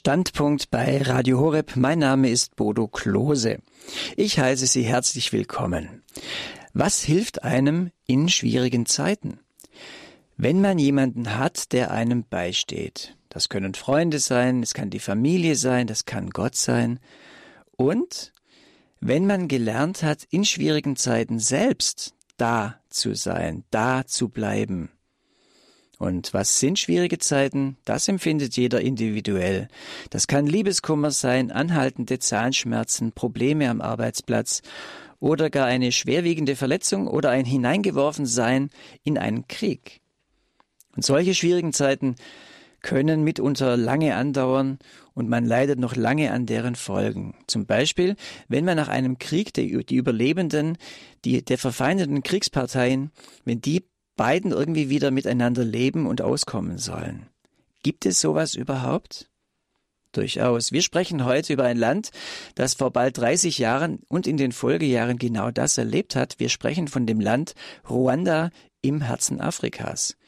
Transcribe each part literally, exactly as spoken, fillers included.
Standpunkt bei Radio Horeb. Mein Name ist Bodo Klose. Ich heiße Sie herzlich willkommen. Was hilft einem in schwierigen Zeiten? Wenn man jemanden hat, der einem beisteht. Das können Freunde sein, es kann die Familie sein, das kann Gott sein. Und wenn man gelernt hat, in schwierigen Zeiten selbst da zu sein, da zu bleiben. Und was sind schwierige Zeiten? Das empfindet jeder individuell. Das kann Liebeskummer sein, anhaltende Zahnschmerzen, Probleme am Arbeitsplatz oder gar eine schwerwiegende Verletzung oder ein Hineingeworfensein in einen Krieg. Und solche schwierigen Zeiten können mitunter lange andauern und man leidet noch lange an deren Folgen. Zum Beispiel, wenn man nach einem Krieg die, die Überlebenden, die der verfeindeten Kriegsparteien, wenn die beiden irgendwie wieder miteinander leben und auskommen sollen. Gibt es sowas überhaupt? Durchaus. Wir sprechen heute über ein Land, das vor bald dreißig Jahren und in den Folgejahren genau das erlebt hat. Wir sprechen von dem Land Ruanda im Herzen Afrikas.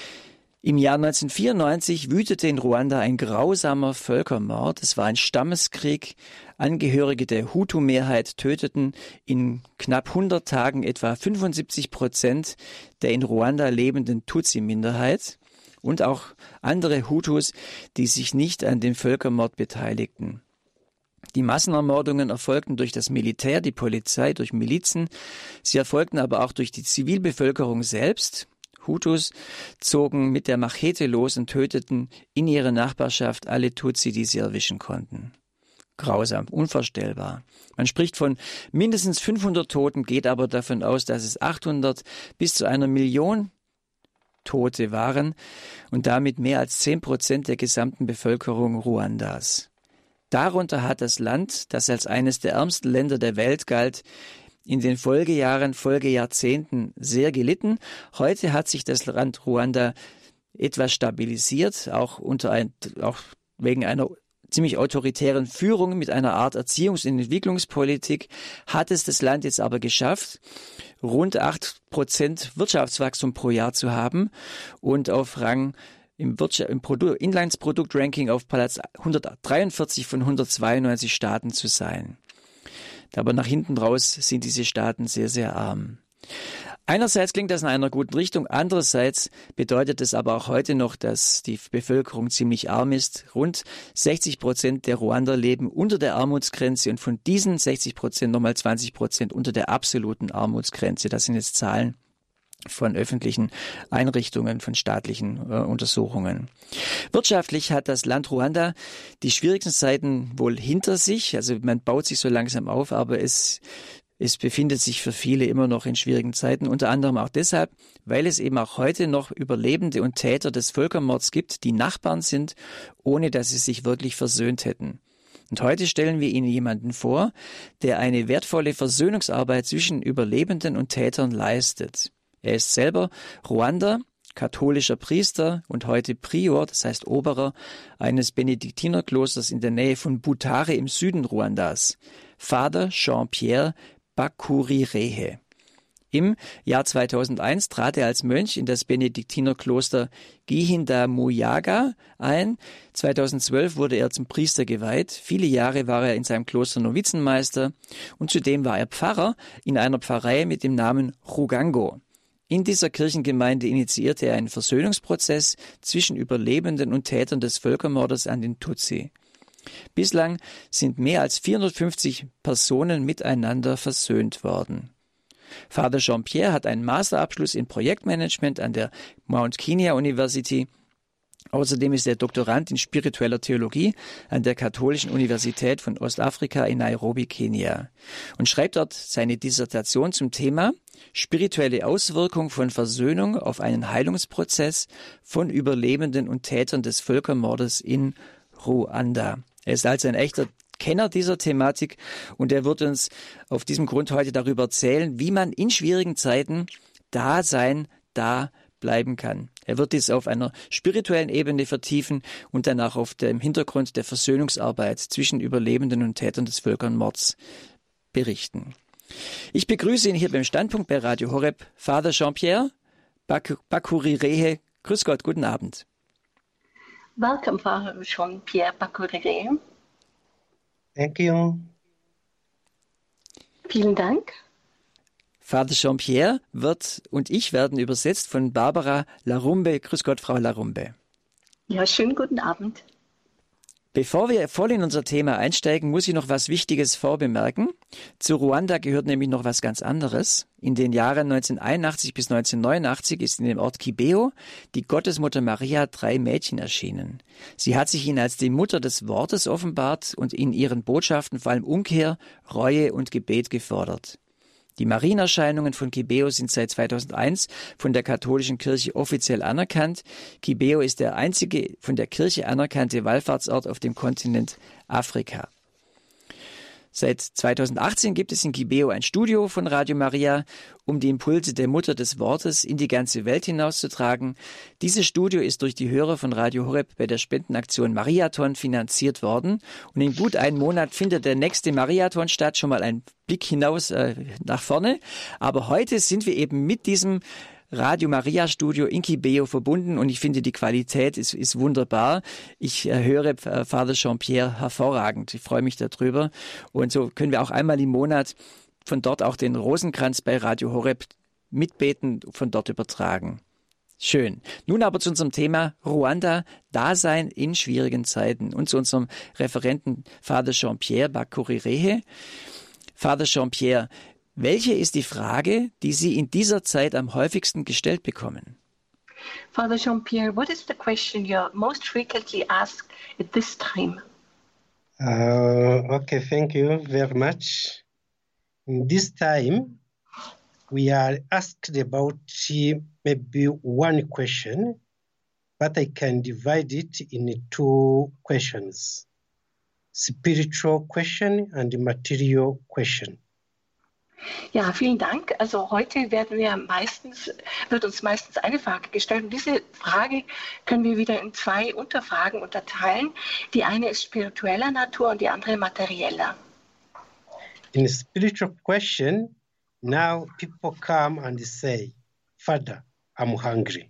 Im Jahr neunzehnhundertvierundneunzig wütete in Ruanda ein grausamer Völkermord. Es war ein Stammeskrieg. Angehörige der Hutu-Mehrheit töteten in knapp hundert Tagen etwa fünfundsiebzig Prozent der in Ruanda lebenden Tutsi-Minderheit und auch andere Hutus, die sich nicht an dem Völkermord beteiligten. Die Massenermordungen erfolgten durch das Militär, die Polizei, durch Milizen. Sie erfolgten aber auch durch die Zivilbevölkerung selbst. Hutus zogen mit der Machete los und töteten in ihrer Nachbarschaft alle Tutsi, die sie erwischen konnten. Grausam, unvorstellbar. Man spricht von mindestens fünfhundert Toten, geht aber davon aus, dass es achthundert bis zu einer Million Tote waren und damit mehr als zehn Prozent der gesamten Bevölkerung Ruandas. Darunter hat das Land, das als eines der ärmsten Länder der Welt galt, in den Folgejahren, Folgejahrzehnten sehr gelitten. Heute hat sich das Land Ruanda etwas stabilisiert, auch unter ein, auch wegen einer ziemlich autoritären Führung mit einer Art Erziehungs- und Entwicklungspolitik hat es das Land jetzt aber geschafft, rund acht Prozent Wirtschaftswachstum pro Jahr zu haben und auf Rang im, Wirtschaft, im Produ- Inlandsprodukt-Ranking auf Platz hundertdreiundvierzig von hundertzweiundneunzig Staaten zu sein. Aber nach hinten raus sind diese Staaten sehr, sehr arm. Einerseits klingt das in einer guten Richtung, andererseits bedeutet es aber auch heute noch, dass die Bevölkerung ziemlich arm ist. Rund sechzig Prozent der Ruander leben unter der Armutsgrenze und von diesen sechzig Prozent nochmal zwanzig Prozent unter der absoluten Armutsgrenze. Das sind jetzt Zahlen von öffentlichen Einrichtungen, von staatlichen äh, Untersuchungen. Wirtschaftlich hat das Land Ruanda die schwierigsten Zeiten wohl hinter sich. Also man baut sich so langsam auf, aber es, es befindet sich für viele immer noch in schwierigen Zeiten. Unter anderem auch deshalb, weil es eben auch heute noch Überlebende und Täter des Völkermords gibt, die Nachbarn sind, ohne dass sie sich wirklich versöhnt hätten. Und heute stellen wir Ihnen jemanden vor, der eine wertvolle Versöhnungsarbeit zwischen Überlebenden und Tätern leistet. Er ist selber Ruander, katholischer Priester und heute Prior, das heißt Oberer, eines Benediktinerklosters in der Nähe von Butare im Süden Ruandas. Vater Jean-Pierre Bakurirehe. Im Jahr zweitausendeins trat er als Mönch in das Benediktinerkloster Gihinda-Muyaga ein. zweitausendzwölf wurde er zum Priester geweiht. Viele Jahre war er in seinem Kloster Novizenmeister und zudem war er Pfarrer in einer Pfarrei mit dem Namen Rugango. In dieser Kirchengemeinde initiierte er einen Versöhnungsprozess zwischen Überlebenden und Tätern des Völkermordes an den Tutsi. Bislang sind mehr als vierhundertfünfzig Personen miteinander versöhnt worden. Vater Jean-Pierre hat einen Masterabschluss in Projektmanagement an der Mount Kenya University. Außerdem ist er Doktorand in spiritueller Theologie an der Katholischen Universität von Ostafrika in Nairobi, Kenia und schreibt dort seine Dissertation zum Thema spirituelle Auswirkung von Versöhnung auf einen Heilungsprozess von Überlebenden und Tätern des Völkermordes in Ruanda. Er ist also ein echter Kenner dieser Thematik und er wird uns auf diesem Grund heute darüber erzählen, wie man in schwierigen Zeiten da sein, da bleiben kann. Er wird dies auf einer spirituellen Ebene vertiefen und danach auf dem Hintergrund der Versöhnungsarbeit zwischen Überlebenden und Tätern des Völkermords berichten. Ich begrüße ihn hier beim Standpunkt bei Radio Horeb, Vater Jean-Pierre Bakurirehe. Grüß Gott, guten Abend. Welcome, Father Jean-Pierre Bacourere. Thank you. Vielen Dank. Vater Jean-Pierre wird und ich werden übersetzt von Barbara Larumbe. Grüß Gott, Frau Larumbe. Ja, schönen guten Abend. Bevor wir voll in unser Thema einsteigen, muss ich noch was Wichtiges vorbemerken. Zu Ruanda gehört nämlich noch was ganz anderes. In den Jahren neunzehnhunderteinundachtzig bis neunzehnhundertneunundachtzig ist in dem Ort Kibeo die Gottesmutter Maria drei Mädchen erschienen. Sie hat sich ihnen als die Mutter des Wortes offenbart und in ihren Botschaften vor allem Umkehr, Reue und Gebet gefordert. Die Marienerscheinungen von Kibeo sind seit zweitausendeins von der katholischen Kirche offiziell anerkannt. Kibeo ist der einzige von der Kirche anerkannte Wallfahrtsort auf dem Kontinent Afrika. Seit zweitausendachtzehn gibt es in Kibeo ein Studio von Radio Maria, um die Impulse der Mutter des Wortes in die ganze Welt hinauszutragen. Dieses Studio ist durch die Hörer von Radio Horeb bei der Spendenaktion Mariathon finanziert worden. Und in gut einem Monat findet der nächste Mariathon statt. Schon mal ein Blick hinaus äh, nach vorne. Aber heute sind wir eben mit diesem Radio Maria Studio in Kibeo verbunden und ich finde, die Qualität ist, ist wunderbar. Ich äh, höre äh, Vater Jean-Pierre hervorragend. Ich freue mich darüber. Und so können wir auch einmal im Monat von dort auch den Rosenkranz bei Radio Horeb mitbeten, von dort übertragen. Schön. Nun aber zu unserem Thema Ruanda, Dasein in schwierigen Zeiten und zu unserem Referenten Vater Jean-Pierre Bacourere. Vater Jean-Pierre, welche ist die Frage, die Sie in dieser Zeit am häufigsten gestellt bekommen? Father Jean-Pierre, what is the question you're most frequently asked at this time? Uh, okay, thank you very much. In this time, we are asked about uh, maybe one question, but I can divide it in two questions. Spiritual question and material question. Ja, vielen Dank. Also heute werden wir meistens, wird uns meistens eine Frage gestellt und diese Frage können wir wieder in zwei Unterfragen unterteilen. Die eine ist spiritueller Natur und die andere materieller. In a spiritual question, now people come and say, Father, I'm hungry.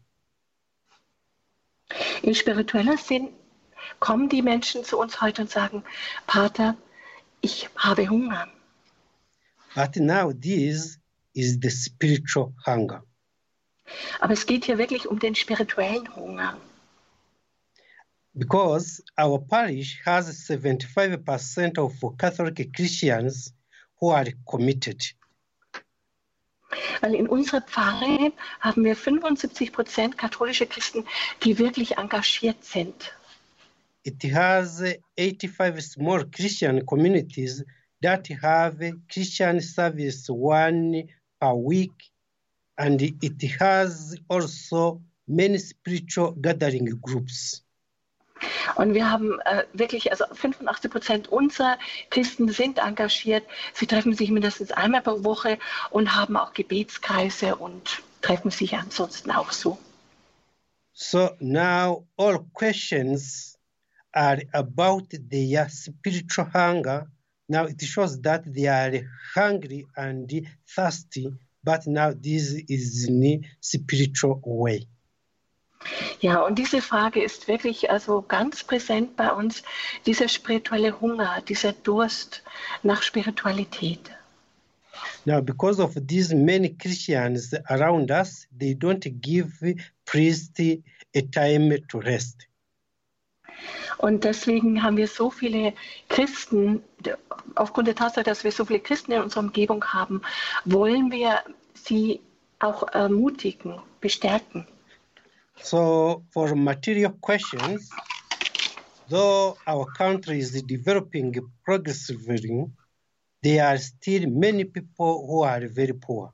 In spiritueller Sinn kommen die Menschen zu uns heute und sagen, Pater, ich habe Hunger. But now this is the spiritual hunger. Aber es geht hier wirklich um den spirituellen Hunger. Because our parish has seventy-five percent of Catholic Christians who are committed. Weil in unserer Pfarre haben wir fünfundsiebzig Prozent katholische Christen, die wirklich engagiert sind. It has eighty-five small Christian communities that have Christian service one per week, and it has also many spiritual gathering groups. Und wir haben äh, wirklich, also fünfundachtzig Prozent unserer Christen sind engagiert. Sie treffen sich mindestens einmal pro Woche und haben auch Gebetskreise und treffen sich ansonsten auch so. So now all questions are about their spiritual hunger. Now it shows that they are hungry and thirsty, but now this is in a spiritual way. Ja, und diese Frage ist wirklich also ganz präsent bei uns, dieser spirituelle Hunger, dieser Durst nach Spiritualität. Now, because of these many Christians around us, they don't give priests a time to rest. Und deswegen haben wir so viele Christen, aufgrund der Tatsache, dass wir so viele Christen in unserer Umgebung haben, wollen wir sie auch ermutigen, bestärken. So for material questions, though our country is developing progressively, there are still many people who are very poor.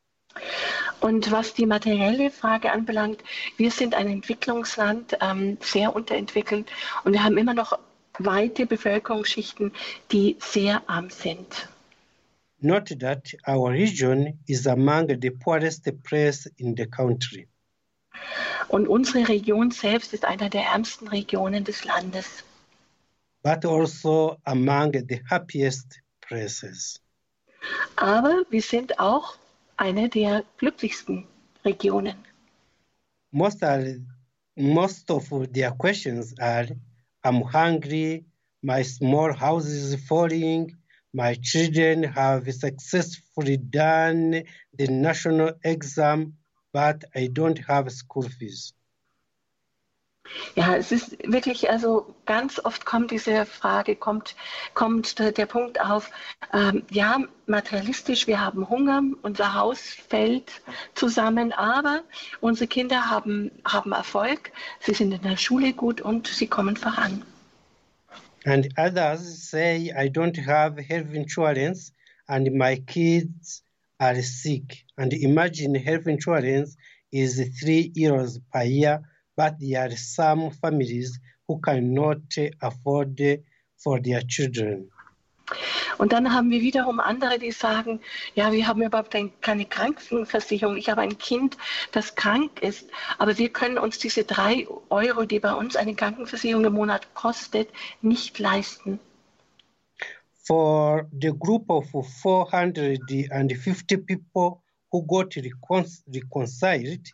Und was die materielle Frage anbelangt, wir sind ein Entwicklungsland, ähm, sehr unterentwickelt und wir haben immer noch weite Bevölkerungsschichten, die sehr arm sind. Note that our region is among the poorest places in the country. Und unsere Region selbst ist einer der ärmsten Regionen des Landes. But also among the happiest places. Aber wir sind auch eine der glücklichsten Regionen. Most are most of their questions are, I'm hungry, my small house is falling, my children have successfully done the national exam, but I don't have school fees. Ja, es ist wirklich, also ganz oft kommt diese Frage, kommt, kommt der, der Punkt auf, ähm, ja, materialistisch, wir haben Hunger, unser Haus fällt zusammen, aber unsere Kinder haben, haben Erfolg, sie sind in der Schule gut und sie kommen voran. And others say, I don't have health insurance and my kids are sick. And imagine health insurance is three euros per year, but there are some families who cannot afford for their children. Und dann haben wir wiederum andere, die sagen, ja, wir haben überhaupt ein, keine Krankenversicherung. Ich habe ein Kind, das krank ist, aber wir können uns diese drei Euro, die bei uns eine Krankenversicherung im Monat kostet, nicht leisten. For the group of four hundred fifty people who got recon reconciled,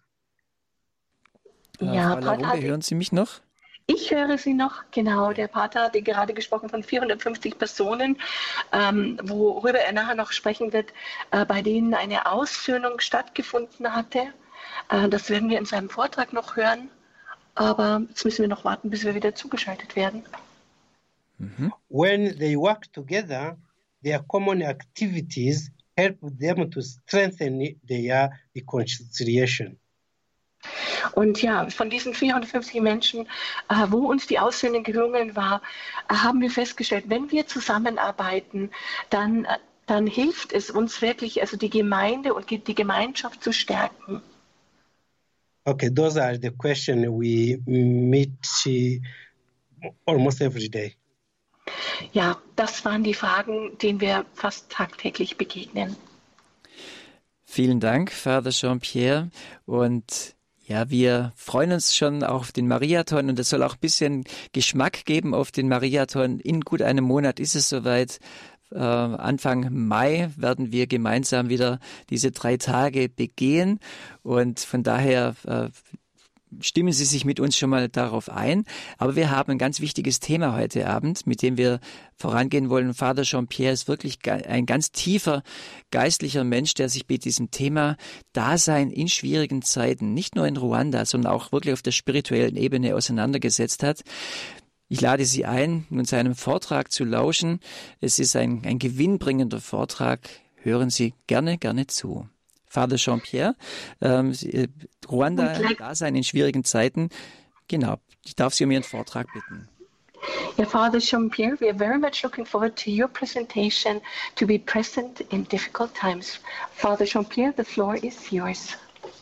Ja, Frau Larumbe, hören Sie mich noch? Ich höre Sie noch, genau. Der Pater hatte gerade gesprochen von vierhundertfünfzig Personen, ähm, worüber er nachher noch sprechen wird, äh, bei denen eine Aussöhnung stattgefunden hatte. Äh, das werden wir in seinem Vortrag noch hören, aber jetzt müssen wir noch warten, bis wir wieder zugeschaltet werden. Mhm. When they work together, their common activities help them to strengthen their reconciliation. Und ja, von diesen vierhundertfünfzig Menschen, äh, wo uns die Aussöhnung gelungen war, äh, haben wir festgestellt, wenn wir zusammenarbeiten, dann, äh, dann hilft es uns wirklich, also die Gemeinde und die Gemeinschaft zu stärken. Okay, those are the questions we meet almost every day. Ja, das waren die Fragen, denen wir fast tagtäglich begegnen. Vielen Dank, Vater Jean-Pierre. Und ja, wir freuen uns schon auf den Mariathon und es soll auch ein bisschen Geschmack geben auf den Mariathon. In gut einem Monat ist es soweit. Äh, Anfang Mai werden wir gemeinsam wieder diese drei Tage begehen und von daher äh, stimmen Sie sich mit uns schon mal darauf ein. Aber wir haben ein ganz wichtiges Thema heute Abend, mit dem wir vorangehen wollen. Vater Jean-Pierre ist wirklich ein ganz tiefer geistlicher Mensch, der sich mit diesem Thema Dasein in schwierigen Zeiten, nicht nur in Ruanda, sondern auch wirklich auf der spirituellen Ebene auseinandergesetzt hat. Ich lade Sie ein, nun seinem Vortrag zu lauschen. Es ist ein, ein gewinnbringender Vortrag. Hören Sie gerne, gerne zu. Vater Jean-Pierre, ähm, Ruanda, Dasein in schwierigen Zeiten. Genau, ich darf Sie um Ihren Vortrag bitten. Yeah, Father Jean-Pierre, we are very much looking forward to your presentation, to be present in difficult times. Father Jean-Pierre, the floor is yours.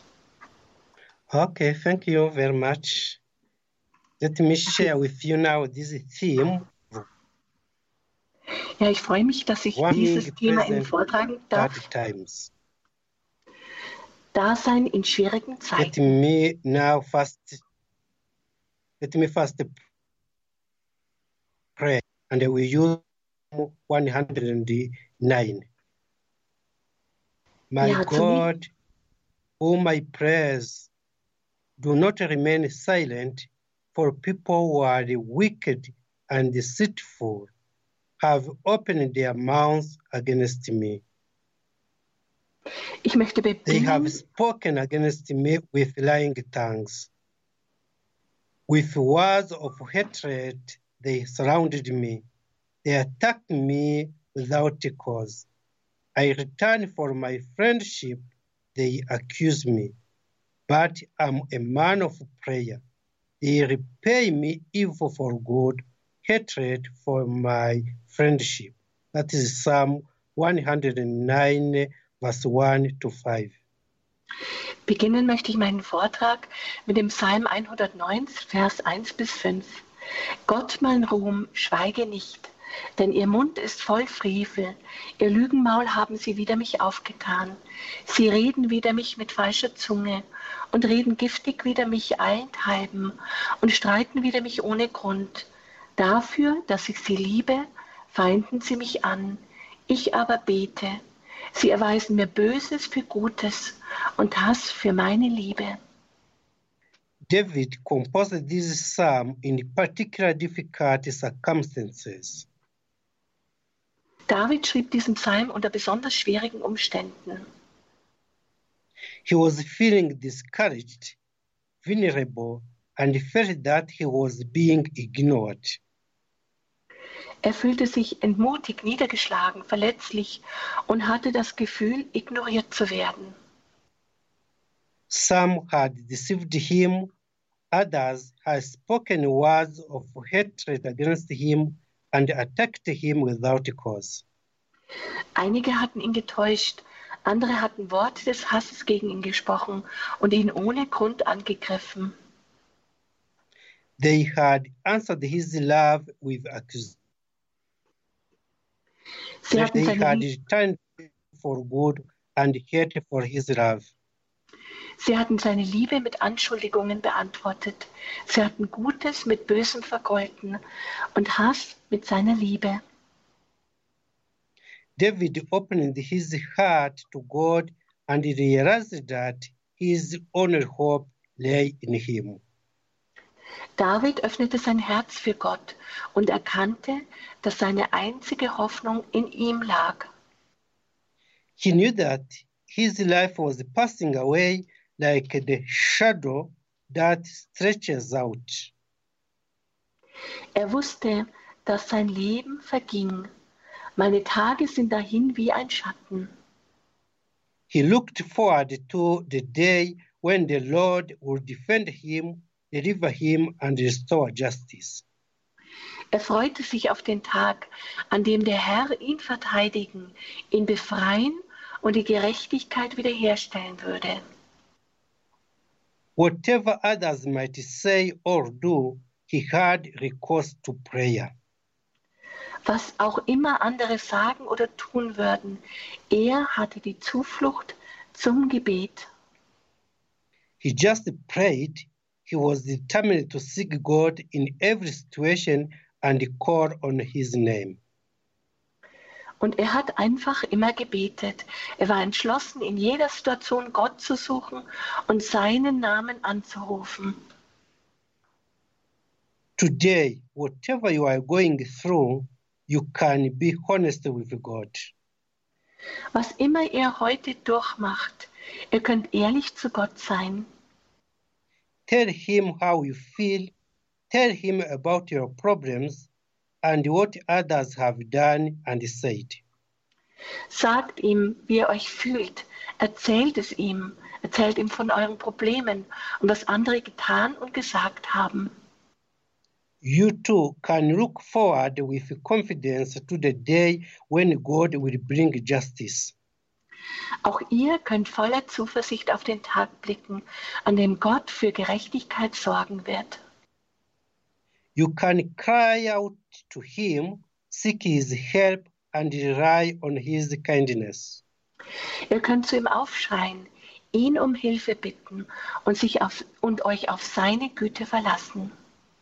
Okay, thank you very much. Let me share with you now this theme. Ja, ich freue mich, dass ich dieses Thema Ihnen vortragen darf. Times. Dasein in schwierigen Zeiten. Let me now first, let me first pray, and we use one hundred nine. My Ja, God, whom I praise, do not remain silent, for people who are wicked and deceitful have opened their mouths against me. Ich möchte They beginnen, have spoken against me with lying tongues. With words of hatred, they surrounded me. They attacked me without a cause. I return for my friendship, they accuse me. But I'm a man of prayer. They repay me evil for good, hatred for my friendship. That is Psalm one hundred nine, Vers one to five. beginnen möchte ich meinen Vortrag mit dem Psalm hundertneun, Vers eins bis fünf. Gott, mein Ruhm, schweige nicht, denn ihr Mund ist voll Frevel. Ihr Lügenmaul haben sie wider mich aufgetan. Sie reden wider mich mit falscher Zunge und reden giftig wider mich allenthalben und streiten wider mich ohne Grund. Dafür, dass ich sie liebe, feinden sie mich an. Ich aber bete. Sie erweisen mir Böses für Gutes und Hass für meine Liebe. David composed this psalm in particular difficult circumstances. David schrieb diesen Psalm unter besonders schwierigen Umständen. He was feeling discouraged, vulnerable, and felt that he was being ignored. Er fühlte sich entmutigt, niedergeschlagen, verletzlich und hatte das Gefühl, ignoriert zu werden. Some had deceived him, others had spoken words of hatred against him and attacked him without cause. Einige hatten ihn getäuscht, andere hatten Worte des Hasses gegen ihn gesprochen und ihn ohne Grund angegriffen. They had answered his love with accusation. Sie hatten They seine had Liebe returned for good and hate for his love. Sie hatten seine Liebe mit Anschuldigungen beantwortet. Sie hatten Gutes mit Bösem vergolten und Hass mit seiner Liebe. David opened his heart to God and realized that his only hope lay in him. David öffnete sein Herz für Gott und erkannte, dass seine einzige Hoffnung in ihm lag. He knew that his life was passing away like the shadow that stretches out. Er wusste, dass sein Leben verging. Meine Tage sind dahin wie ein Schatten. He looked forward to the day when the Lord would defend him, deliver him, and restore justice. Er freute sich auf den Tag, an dem der Herr ihn verteidigen, ihn befreien und die Gerechtigkeit wiederherstellen würde. Whatever others might say or do, he had recourse to prayer. Was auch immer andere sagen oder tun würden, er hatte die Zuflucht zum Gebet. He just prayed. He was determined to seek God in every situation and call on his name. Und er hat einfach immer gebetet. Er war entschlossen, in jeder Situation Gott zu suchen und seinen Namen anzurufen. Today, whatever you are going through, you can be honest with God. Was immer ihr heute durchmacht, ihr könnt ehrlich zu Gott sein. Tell him how you feel, tell him about your problems and what others have done and said. Sagt ihm, wie ihr euch fühlt. Erzählt es ihm. Erzählt ihm von euren Problemen und was andere getan und gesagt haben. You too can look forward with confidence to the day when God will bring justice. Auch ihr könnt voller Zuversicht auf den Tag blicken, an dem Gott für Gerechtigkeit sorgen wird. You can cry out to him, seek his help and rely on his kindness. Ihr könnt zu ihm aufschreien, ihn um Hilfe bitten und, sich auf, und euch auf seine Güte verlassen.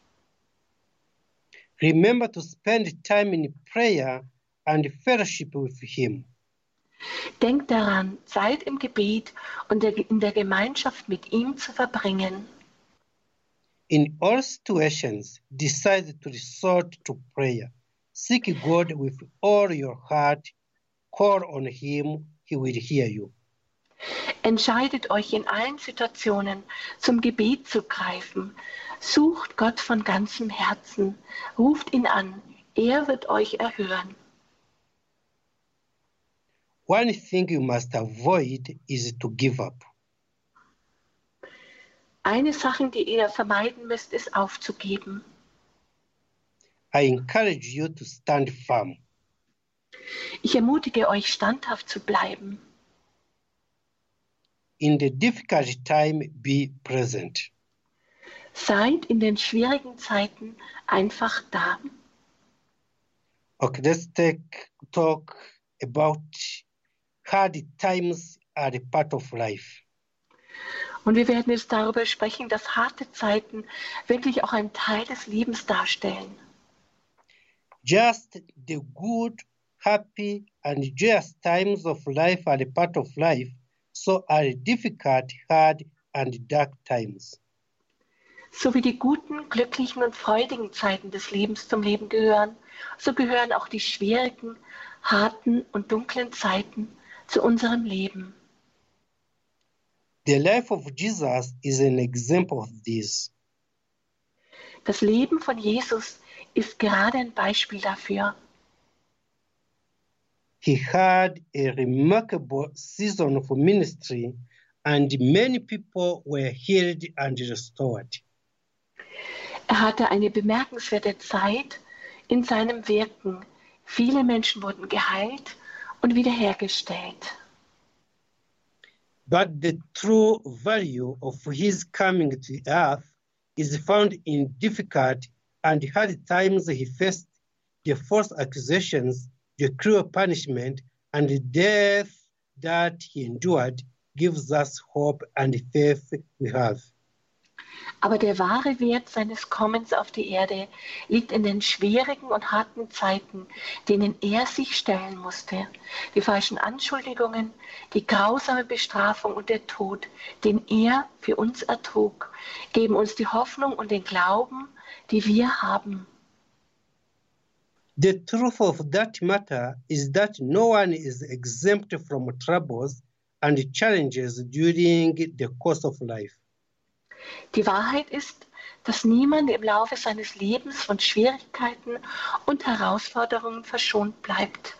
Remember to spend time in prayer and fellowship with him. Denkt daran, Zeit im Gebet und in der Gemeinschaft mit ihm zu verbringen. In all situations, decide to resort to prayer. Seek God with all your heart. Call on him. He will hear you. Entscheidet euch in allen Situationen, zum Gebet zu greifen. Sucht Gott von ganzem Herzen. Ruft ihn an. Er wird euch erhören. One thing you must avoid is to give up. Eine Sache, die ihr vermeiden müsst, ist aufzugeben. I encourage you to stand firm. Ich ermutige euch, standhaft zu bleiben. In the difficult time, be present. Seid in den schwierigen Zeiten einfach da. Okay, let's take talk about hard times are a part of life. Und wir werden jetzt darüber sprechen, dass harte Zeiten wirklich auch ein Teil des Lebens darstellen. Just the good, happy, and joyous times of life are a part of life, so are difficult, hard, and dark times. So wie die guten, glücklichen und freudigen Zeiten des Lebens zum Leben gehören, so gehören auch die schwierigen, harten und dunklen Zeiten zu unserem Leben. The life of Jesus is an example of this. Das Leben von Jesus ist gerade ein Beispiel dafür. He had a remarkable season of ministry, and many people were healed and restored. Er hatte eine bemerkenswerte Zeit in seinem Wirken. Viele Menschen wurden geheilt und wiederhergestellt. But the true value of his coming to earth is found in difficult and hard times he faced the false accusations, the cruel punishment, and the death that he endured gives us hope and faith we have. Aber der wahre Wert seines Kommens auf die Erde liegt in den schwierigen und harten Zeiten, denen er sich stellen musste. Die falschen Anschuldigungen, die grausame Bestrafung und der Tod, den er für uns ertrug, geben uns die Hoffnung und den Glauben, die wir haben. The truth of that matter is that no one is exempt from troubles and challenges during the course of life. Die Wahrheit ist, dass niemand im Laufe seines Lebens von Schwierigkeiten und Herausforderungen verschont bleibt.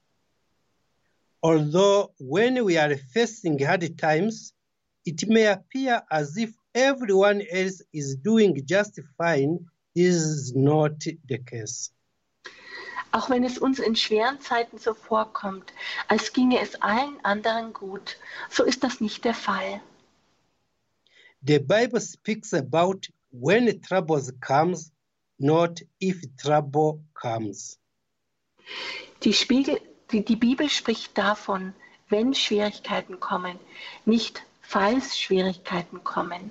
Although when we are facing hard times, it may appear as if everyone else is doing just fine, this is not the case. Auch wenn es uns in schweren Zeiten so vorkommt, als ginge es allen anderen gut, so ist das nicht der Fall. The Bible speaks about when troubles comes, not if trouble comes. Die, Spiegel, die, die Bibel spricht davon, wenn Schwierigkeiten kommen, nicht falls Schwierigkeiten kommen.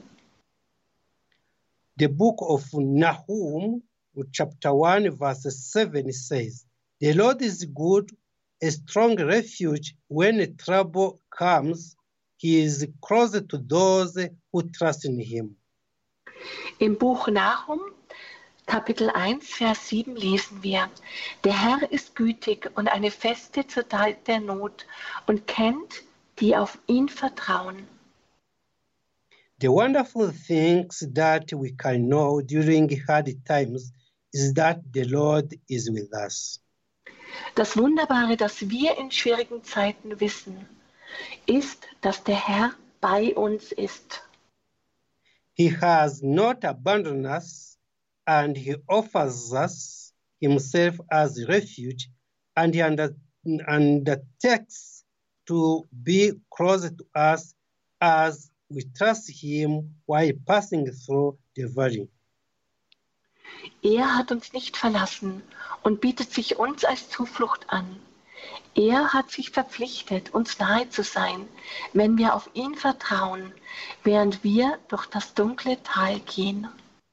The book of Nahum, chapter one, verse seven says, "The Lord is good, a strong refuge when trouble comes. He is closer to those who trust in him." Im Buch Nahum, Kapitel eins, Vers sieben lesen wir, der Herr ist gütig und eine Feste zur Zeit der Not und kennt, die auf ihn vertrauen. The wonderful things that we can know during hard times is that the Lord is with us. Das Wunderbare, das wir in schwierigen Zeiten wissen, ist, dass der Herr bei uns ist. He has not abandoned us, and he offers us himself as refuge, and he under, undertakes to be closer to us as we trust him while passing through the valley. Er hat uns nicht verlassen und bietet sich uns als Zuflucht an. Er hat sich verpflichtet, uns nahe zu sein, wenn wir auf ihn vertrauen, während wir durch das dunkle Tal gehen.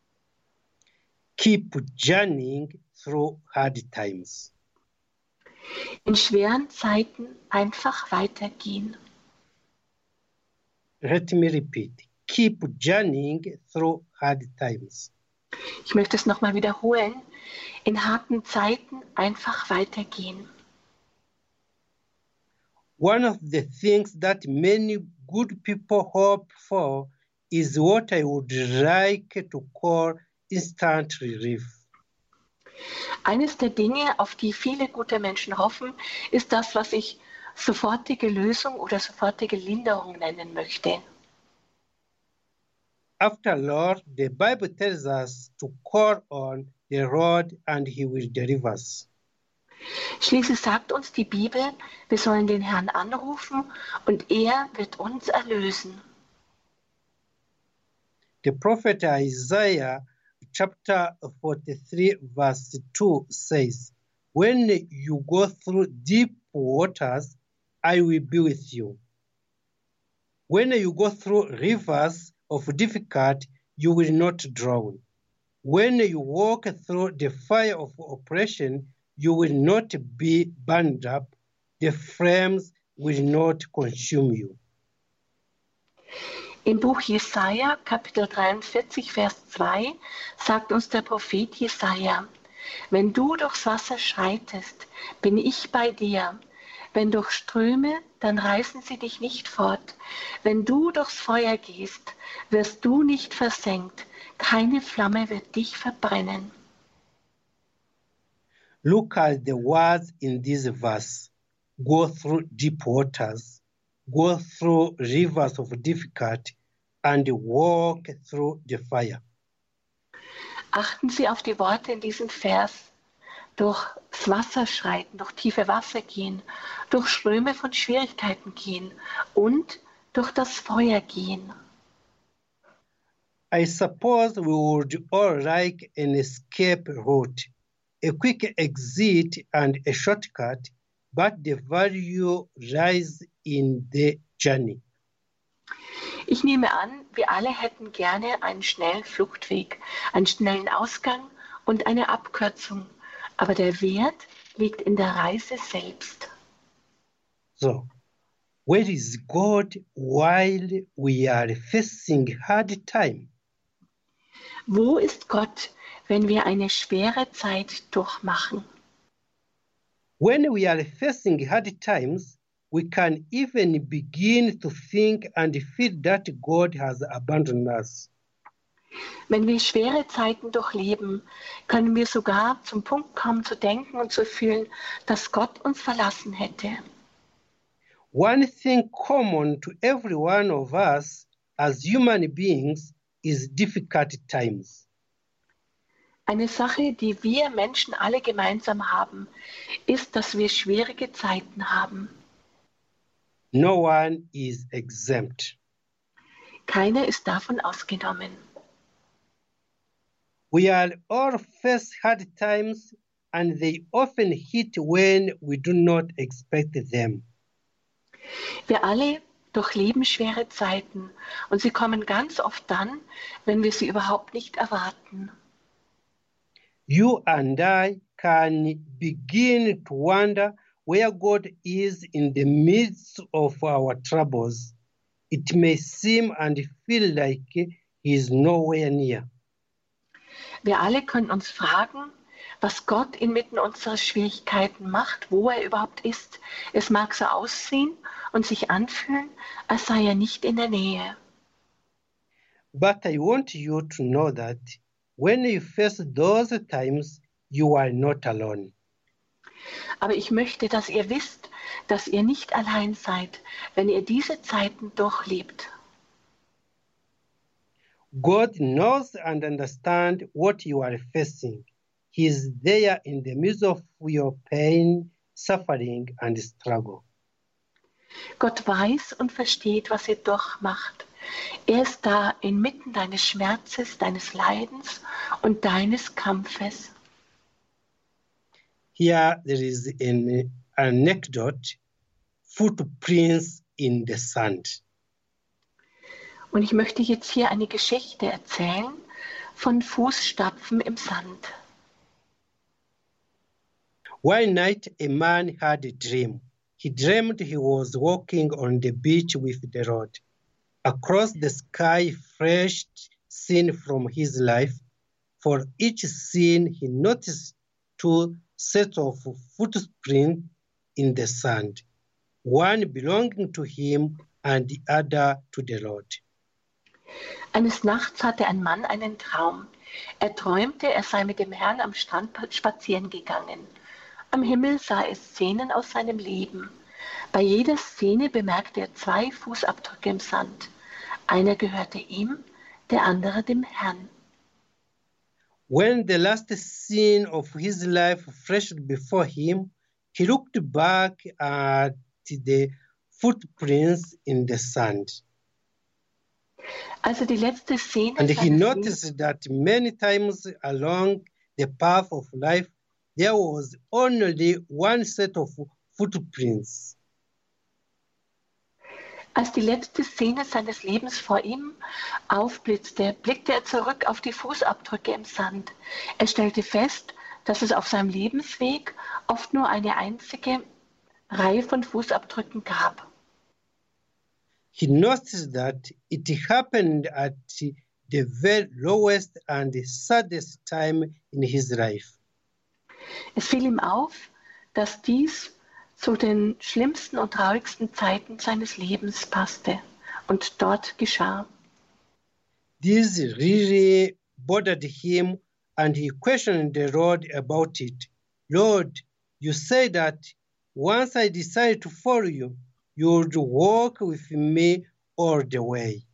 Keep journeying through hard times. In schweren Zeiten einfach weitergehen. Let me repeat. Keep journeying through hard times. Ich möchte es nochmal wiederholen. In harten Zeiten einfach weitergehen. One of the things that many good people hope for is what I would like to call instant relief. Eines der Dinge, auf die viele gute Menschen hoffen, ist das, was ich sofortige Lösung oder sofortige Linderung nennen möchte. After all, the Bible tells us to call on the Lord and he will deliver us. Schließlich sagt uns die Bibel, wir sollen den Herrn anrufen und er wird uns erlösen. The prophet Isaiah chapter forty-three verse two says, "When you go through deep waters, I will be with you. When you go through rivers of difficulty, you will not drown. When you walk through the fire of oppression, you will not be burned up. The flames will not consume you." Im Buch Jesaja, Kapitel dreiundvierzig, Vers zwei, sagt uns der Prophet Jesaja: Wenn du durchs Wasser schreitest, bin ich bei dir. Wenn durch Ströme, dann reißen sie dich nicht fort. Wenn du durchs Feuer gehst, wirst du nicht versenkt. Keine Flamme wird dich verbrennen. Look at the words in this verse. Go through deep waters, go through rivers of difficulty, and walk through the fire. Achten Sie auf die Worte in diesem Vers. Durchs Wasser schreiten, durch tiefe Wasser gehen, durch Ströme von Schwierigkeiten gehen und durch das Feuer gehen. I suppose we would all like an escape route, a quick exit and a shortcut, but the value lies in the journey. Ich nehme an, wir alle hätten gerne einen schnellen Fluchtweg, einen schnellen Ausgang und eine Abkürzung. Aber der Wert liegt in der Reise selbst. So, where is God while we are facing hard time? Wo ist Gott, wenn wir eine schwere Zeit durchmachen? When we are facing hard times, we can even begin to think and feel that God has abandoned us. Wenn wir schwere Zeiten durchleben, können wir sogar zum Punkt kommen zu denken und zu fühlen, dass Gott uns verlassen hätte. One thing common to every one of us as human beings is difficult times. Eine Sache, die wir Menschen alle gemeinsam haben, ist, dass wir schwierige Zeiten haben. No one is exempt. Keiner ist davon ausgenommen. We are all face hard times, and they often hit when we do not expect them. Wir alle durchleben schwere Zeiten und sie kommen ganz oft dann, wenn wir sie überhaupt nicht erwarten. You and I can begin to wonder where God is in the midst of our troubles. It may seem and feel like He is nowhere near. Wir alle können uns fragen, was Gott inmitten unserer Schwierigkeiten macht, wo er überhaupt ist. Es mag so aussehen und sich anfühlen, als sei er nicht in der Nähe. But I want you to know that when you face those times, you are not alone. Aber ich möchte, dass ihr wisst, dass ihr nicht allein seid, wenn ihr diese Zeiten durchlebt. God knows and understands what you are facing. He is there in the midst of your pain, suffering, and struggle. Gott weiß und versteht, was ihr durchmacht. Er ist da inmitten deines Schmerzes, deines Leidens und deines Kampfes. Here there is an anecdote, footprints in the sand. Und ich möchte jetzt hier eine Geschichte erzählen von Fußstapfen im Sand. One night a man had a dream. He dreamed he was walking on the beach with the rod. Across the sky flashed scene from his life. For each scene he noticed two sets of footprints in the sand, one belonging to him and the other to the Lord. Eines Nachts hatte ein Mann einen Traum. Er träumte, er sei mit dem Herrn am Strand spazieren gegangen. Am Himmel sah er Szenen aus seinem Leben. Bei jeder Szene bemerkte er zwei Fußabdrücke im Sand. Einer gehörte ihm, der andere dem Herrn. When the last scene of his life flashed before him, he looked back at the footprints in the sand. Also die letzte Szene And he seines noticed that many times along the path of life, there was only one set of footprints. Als die letzte Szene seines Lebens vor ihm aufblitzte, blickte er zurück auf die Fußabdrücke im Sand. Er stellte fest, dass es auf seinem Lebensweg oft nur eine einzige Reihe von Fußabdrücken gab. he noticed that it happened at the very lowest and saddest time in his life. Es fiel ihm auf, dass dies zu den schlimmsten und traurigsten Zeiten seines Lebens passte und dort geschah. This really bothered him, and he questioned the Lord about it. Lord, you say that once I decide to follow you, you would walk with me all the way.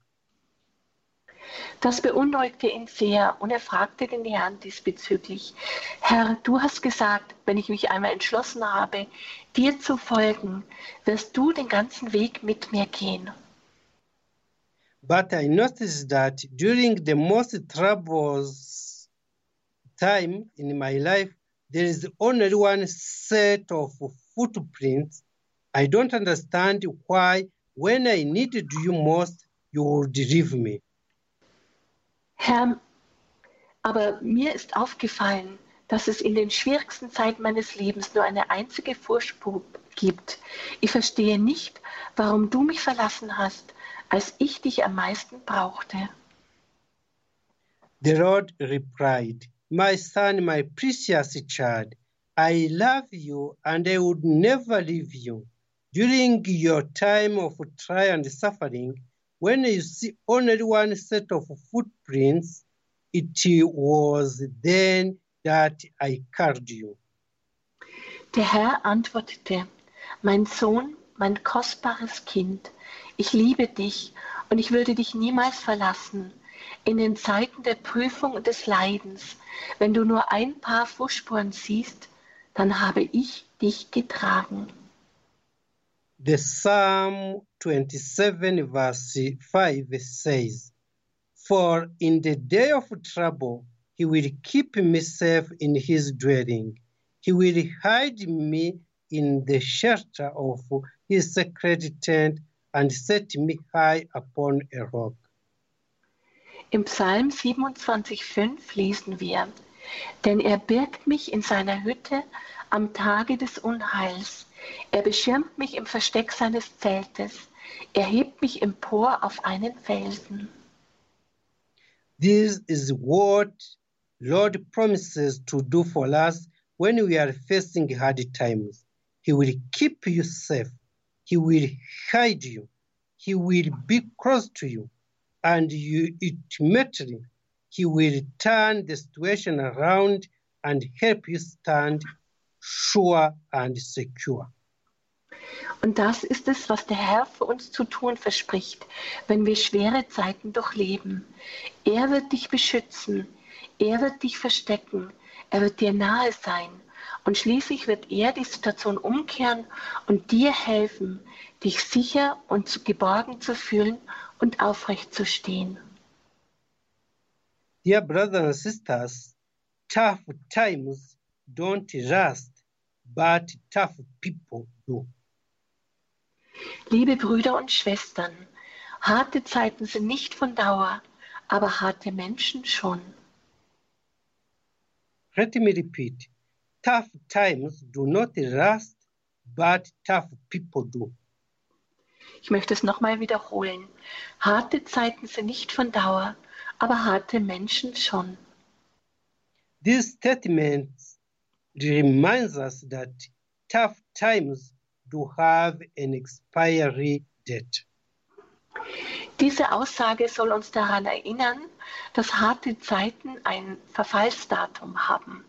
Das beunruhigte ihn sehr und er fragte den Herrn diesbezüglich. Herr, du hast gesagt, wenn ich mich einmal entschlossen habe, dir zu folgen, wirst du den ganzen Weg mit mir gehen. But I noticed that during the most troublous time in my life, there is only one set of footprints. I don't understand why, when I needed you most, you would leave me. Herr, aber mir ist aufgefallen, dass es in den schwierigsten Zeiten meines Lebens nur eine einzige Vorspur gibt. Ich verstehe nicht, warum du mich verlassen hast, als ich dich am meisten brauchte. The Lord replied, My son, my precious child, I love you and I would never leave you. During your time of trial and suffering, when you see only one set of footprints, it was then that I called you. Der Herr antwortete, mein Sohn, mein kostbares Kind, ich liebe dich und ich würde dich niemals verlassen. In den Zeiten der Prüfung und des Leidens, wenn du nur ein paar Fußspuren siehst, dann habe ich dich getragen. The Psalm twenty-seven verse five says, For in the day of trouble he will keep me safe in his dwelling. He will hide me in the shelter of his sacred tent and set me high upon a rock. Im Psalm siebenundzwanzig fünf lesen wir, denn er birgt mich in seiner Hütte am Tage des Unheils. Er beschirmt mich im Versteck seines Zeltes. Er hebt mich empor auf einen Felsen. This is what Lord promises to do for us when we are facing hard times. He will keep you safe. He will hide you. He will be close to you. And you ultimately, he will turn the situation around and help you stand sure and secure. Und das ist es, was der Herr für uns zu tun verspricht, wenn wir schwere Zeiten durchleben. Er wird dich beschützen, er wird dich verstecken, er wird dir nahe sein und schließlich wird er die Situation umkehren und dir helfen, dich sicher und geborgen zu fühlen und aufrecht zu stehen. Dear brothers and sisters, tough times don't last, but tough people do. Liebe Brüder und Schwestern, harte Zeiten sind nicht von Dauer, aber harte Menschen schon. Let me repeat, tough times do not last, but tough people do. Ich möchte es nochmal wiederholen. Harte Zeiten sind nicht von Dauer, aber harte Menschen schon. This statement reminds us that tough times do have an expiry date. Diese Aussage soll uns daran erinnern, dass harte Zeiten ein Verfallsdatum haben.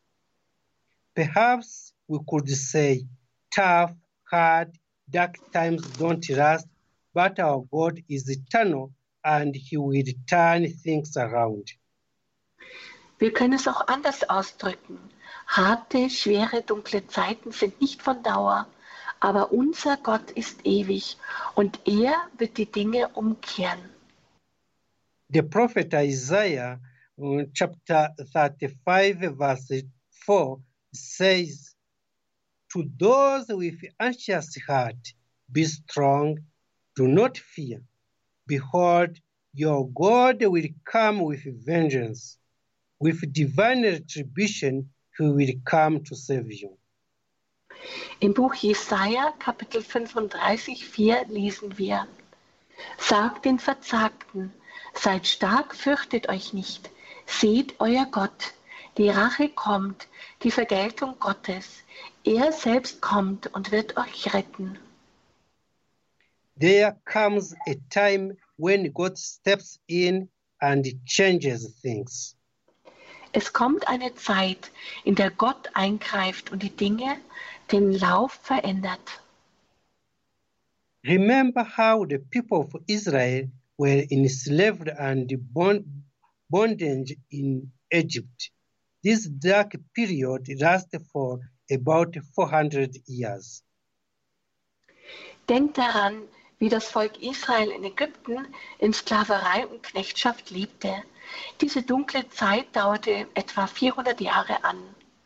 Perhaps we could say tough, hard, dark times don't last, but our God is eternal and he will turn things around. Wir können es auch anders ausdrücken. Harte, schwere, dunkle Zeiten sind nicht von Dauer, aber unser Gott ist ewig und er wird die Dinge umkehren. The prophet Isaiah, uh, chapter thirty-five, verse four, says, To those with anxious heart, be strong, do not fear. Behold, your God will come with vengeance. With divine retribution, he will come to save you. Im Buch Jesaja, Kapitel fünfunddreißig, vier lesen wir, Sagt den Verzagten, seid stark, fürchtet euch nicht. Seht euer Gott. Die Rache kommt, die Vergeltung Gottes. Er selbst kommt und wird euch retten. There comes a time when God steps in and changes things. Es kommt eine Zeit, in der Gott eingreift und die Dinge, den Lauf verändert. Remember how the people of Israel were enslaved and bondage in Egypt. This dark period lasted for about four hundred years. Denkt daran, wie das Volk Israel in Ägypten in Sklaverei und Knechtschaft lebte. Diese dunkle Zeit dauerte etwa vierhundert Jahre an.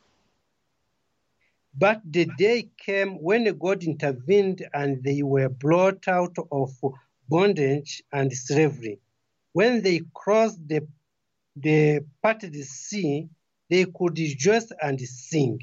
But the day came when God intervened and they were brought out of bondage and slavery. When they crossed the, the parted sea, they could rejoice and sing.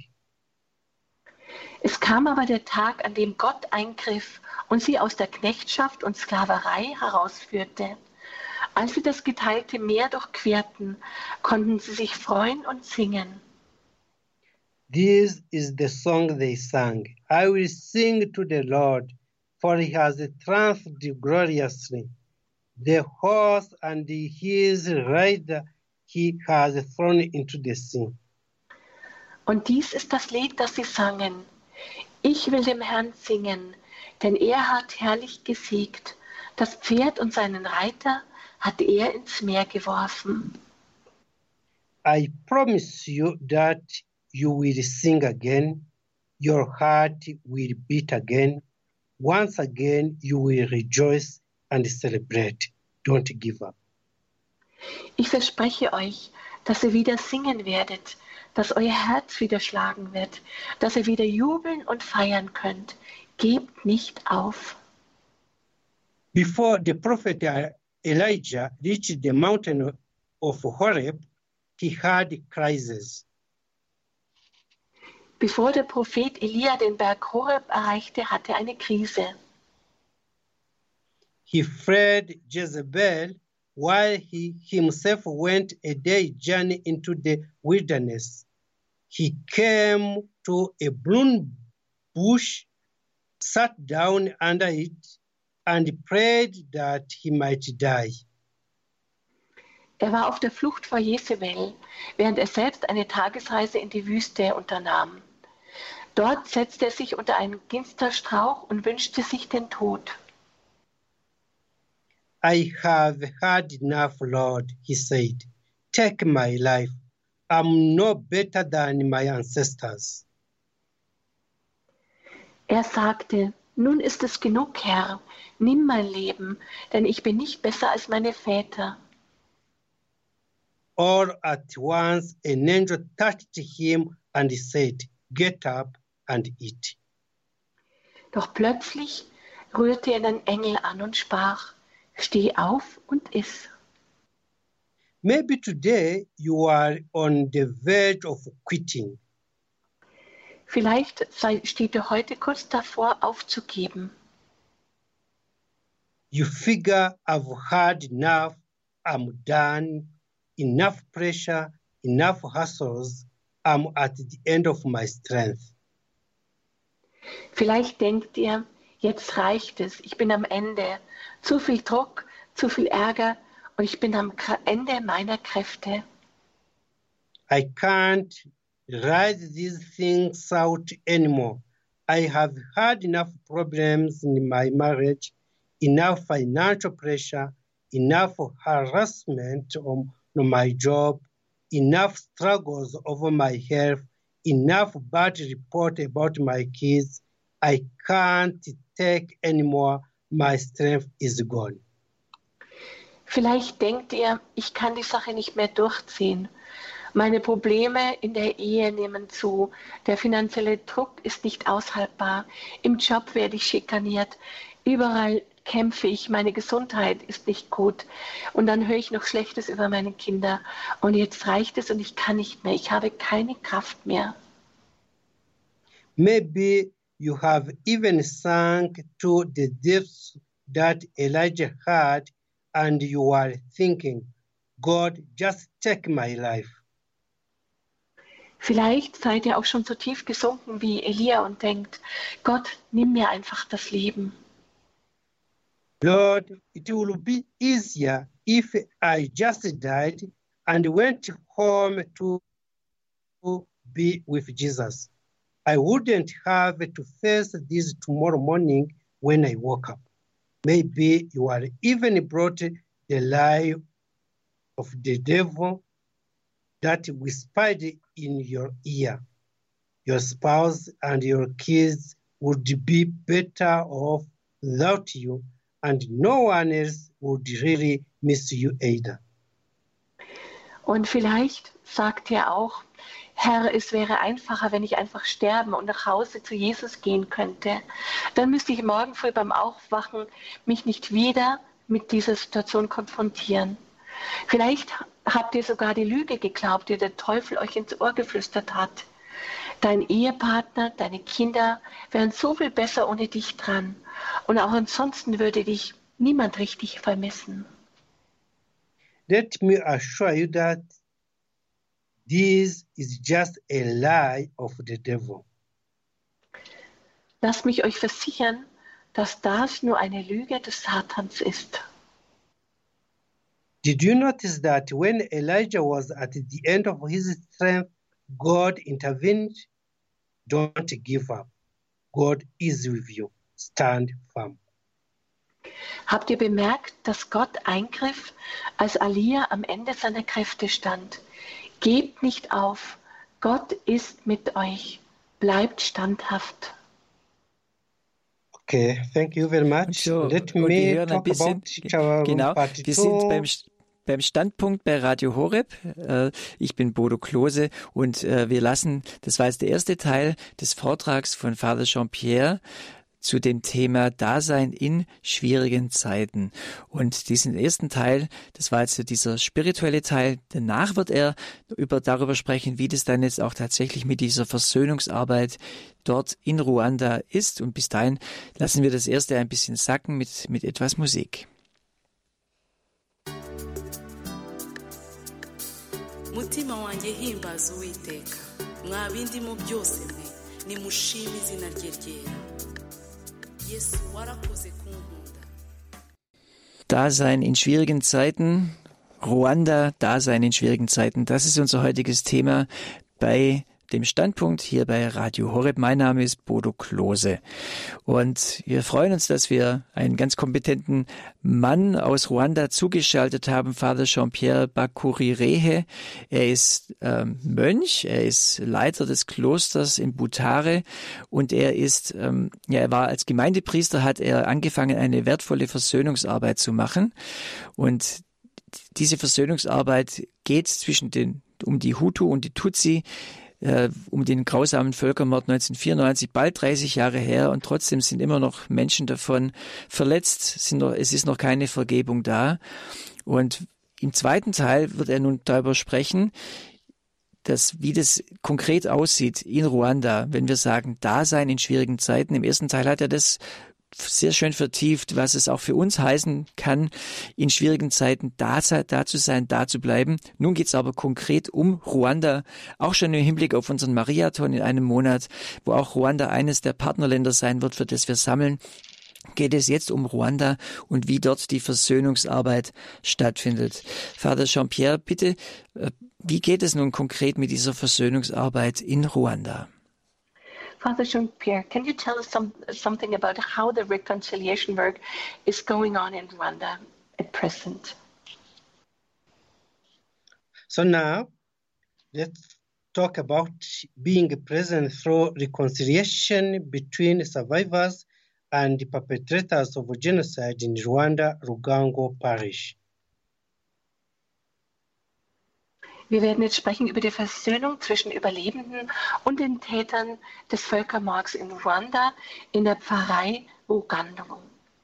Es kam aber der Tag, an dem Gott eingriff und sie aus der Knechtschaft und Sklaverei herausführte. Als sie das geteilte Meer durchquerten, konnten sie sich freuen und singen. This is the song they sang. I will sing to the Lord, for he has triumphed gloriously. The horse and his rider he has thrown into the sea. Und dies ist das Lied, das sie sangen. Ich will dem Herrn singen, denn er hat herrlich gesiegt. Das Pferd und seinen Reiter hat er ins Meer geworfen. I promise you that you will sing again, your heart will beat again. Once again you will rejoice and celebrate. Don't give up. Ich verspreche euch, dass ihr wieder singen werdet, dass euer Herz wieder schlagen wird, dass ihr wieder jubeln und feiern könnt. Gebt nicht auf. Before the prophet Elijah reached the mountain of Horeb, he had crisis. Bevor der Prophet Elia den Berg Horeb erreichte, hatte er eine Krise. He fled Jezebel while he himself went a day journey into the wilderness. He came to a broom bush, sat down under it, and prayed that he might die. Er war auf der Flucht vor Jezebel, während er selbst eine Tagesreise in die Wüste unternahm. Dort setzte er sich unter einen Ginsterstrauch und wünschte sich den Tod. I have had enough, Lord, he said. Take my life. I'm no better than my ancestors. Er sagte, nun ist es genug, Herr, nimm mein Leben, denn ich bin nicht besser als meine Väter. All at once an angel touched him and said, get up and eat. Doch plötzlich rührte er den Engel an und sprach, steh auf und iss. Maybe today you are on the verge of quitting. Vielleicht sei, steht er heute kurz davor, aufzugeben. You figure, I've had enough, I'm done, enough pressure, enough hassles, I'm at the end of my strength. Vielleicht denkt ihr, jetzt reicht es, ich bin am Ende. Zu viel Druck, zu viel Ärger und ich bin am Ende meiner Kräfte. I can't ride these things out anymore. I have had enough problems in my marriage, enough financial pressure, enough harassment on, on my job, enough struggles over my health, enough bad report about my kids. I can't take anymore. My strength is gone. Vielleicht denkt ihr, ich kann die Sache nicht mehr durchziehen. Meine Probleme in der Ehe nehmen zu. Der finanzielle Druck ist nicht aushaltbar. Im Job werde ich schikaniert. Überall kämpfe ich. Meine Gesundheit ist nicht gut. Und dann höre ich noch Schlechtes über meine Kinder. Und jetzt reicht es und ich kann nicht mehr. Ich habe keine Kraft mehr. Maybe you have even sunk to the depths that Elijah had and you are thinking, God, just take my life. Vielleicht seid ihr auch schon so tief gesunken wie Elia und denkt, Gott, nimm mir einfach das Leben. Lord, it will be easier if I just died and went home to be with Jesus. I wouldn't have to face this tomorrow morning when I woke up. Maybe you are even brought the lie of the devil that whispered in your ear. Your spouse and your kids would be better off without you, and no one else would really miss you either. Und vielleicht sagt ihr auch, Herr, es wäre einfacher, wenn ich einfach sterben und nach Hause zu Jesus gehen könnte. Dann müsste ich morgen früh beim Aufwachen mich nicht wieder mit dieser Situation konfrontieren. Vielleicht habt ihr sogar die Lüge geglaubt, die der Teufel euch ins Ohr geflüstert hat. Dein Ehepartner, deine Kinder wären so viel besser ohne dich dran. Und auch ansonsten würde dich niemand richtig vermissen. Let me assure you that this is just a lie of the devil. Lasst mich euch versichern, dass das nur eine Lüge des Satans ist. Did you notice that when Elijah was at the end of his strength, God intervened? Don't give up. God is with you. Stand firm. Habt ihr bemerkt, dass Gott eingriff, als Elia am Ende seiner Kräfte stand? Gebt nicht auf. Gott ist mit euch. Bleibt standhaft. Okay, thank you very much. Und so, Let und wir me hören ein talk bisschen, about chapter genau, part wir sind two. beim, beim Standpunkt bei Radio Horeb. Äh, ich bin Bodo Klose und äh, wir lassen, das war jetzt der erste Teil des Vortrags von Father Jean-Pierre zu dem Thema Dasein in schwierigen Zeiten. Und diesen ersten Teil, das war jetzt so dieser spirituelle Teil. Danach wird er über, darüber sprechen, wie das dann jetzt auch tatsächlich mit dieser Versöhnungsarbeit dort in Ruanda ist. Und bis dahin lassen wir das erste ein bisschen sacken mit, mit etwas Musik. Mutima wanjye himbaza Uwiteka, mwa bindimo byose mwe nimushime izina rye ryera. Yesu warakoze kunkunda. Dasein in schwierigen Zeiten, Ruanda, Dasein in schwierigen Zeiten, das ist unser heutiges Thema bei dem Standpunkt hier bei Radio Horeb. Mein Name ist Bodo Klose und wir freuen uns, dass wir einen ganz kompetenten Mann aus Ruanda zugeschaltet haben, Father Jean-Pierre Bakurirehe. Er ist ähm, Mönch, er ist Leiter des Klosters in Butare und er ist, ähm, ja, er war als Gemeindepriester, hat er angefangen, eine wertvolle Versöhnungsarbeit zu machen und diese Versöhnungsarbeit geht zwischen den, um die Hutu und die Tutsi, um den grausamen Völkermord neunzehnhundertvierundneunzig, bald dreißig Jahre her und trotzdem sind immer noch Menschen davon verletzt, sind noch, es ist noch keine Vergebung da. Und im zweiten Teil wird er nun darüber sprechen, dass, wie das konkret aussieht in Ruanda, wenn wir sagen, Dasein in schwierigen Zeiten. Im ersten Teil hat er das sehr schön vertieft, was es auch für uns heißen kann, in schwierigen Zeiten da, da zu sein, da zu bleiben. Nun geht es aber konkret um Ruanda, auch schon im Hinblick auf unseren Mariathon in einem Monat, wo auch Ruanda eines der Partnerländer sein wird, für das wir sammeln. Geht es jetzt um Ruanda und wie dort die Versöhnungsarbeit stattfindet. Vater Jean-Pierre, bitte, wie geht es nun konkret mit dieser Versöhnungsarbeit in Ruanda? Father Jean-Pierre, can you tell us some, something about how the reconciliation work is going on in Rwanda at present? So now, let's talk about being present through reconciliation between survivors and the perpetrators of genocide in Rwanda, Rugango Parish. Wir werden jetzt sprechen über die Versöhnung zwischen Überlebenden und den Tätern des Völkermords in Ruanda in der Pfarrei Rugango.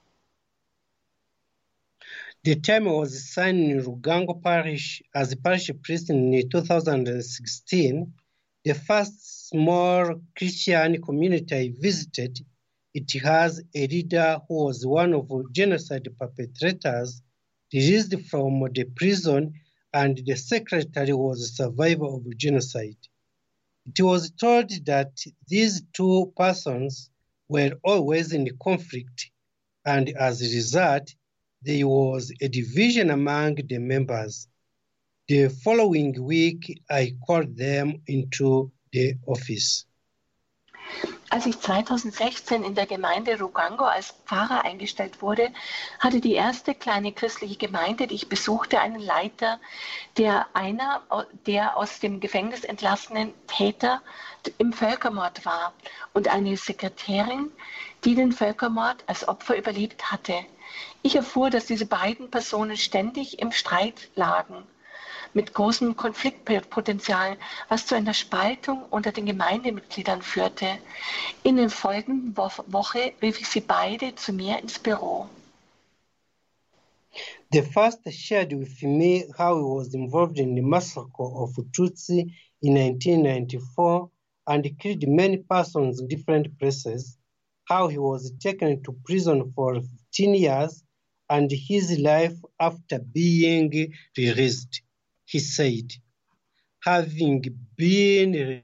The term was signed in Rugango Parish as a parish priest in two thousand sixteen. The first small Christian community I visited it has a leader who was one of the genocide perpetrators released from the prison, and the secretary was a survivor of genocide. It was told that these two persons were always in conflict, and as a result, there was a division among the members. The following week, I called them into the office. Als ich zweitausendsechzehn in der Gemeinde Rugango als Pfarrer eingestellt wurde, hatte die erste kleine christliche Gemeinde, die ich besuchte, einen Leiter, der einer der aus dem Gefängnis entlassenen Täter im Völkermord war, und eine Sekretärin, die den Völkermord als Opfer überlebt hatte. Ich erfuhr, dass diese beiden Personen ständig im Streit lagen, mit großem Konfliktpotenzial, was zu einer Spaltung unter den Gemeindemitgliedern führte. In der folgenden Wo- Woche rief ich sie beide zu mir ins Büro. The first shared with me how he was involved in the massacre of Tutsi in nineteen ninety-four and killed many persons in different places, how he was taken to prison for fifteen years and his life after being released. He said, having been in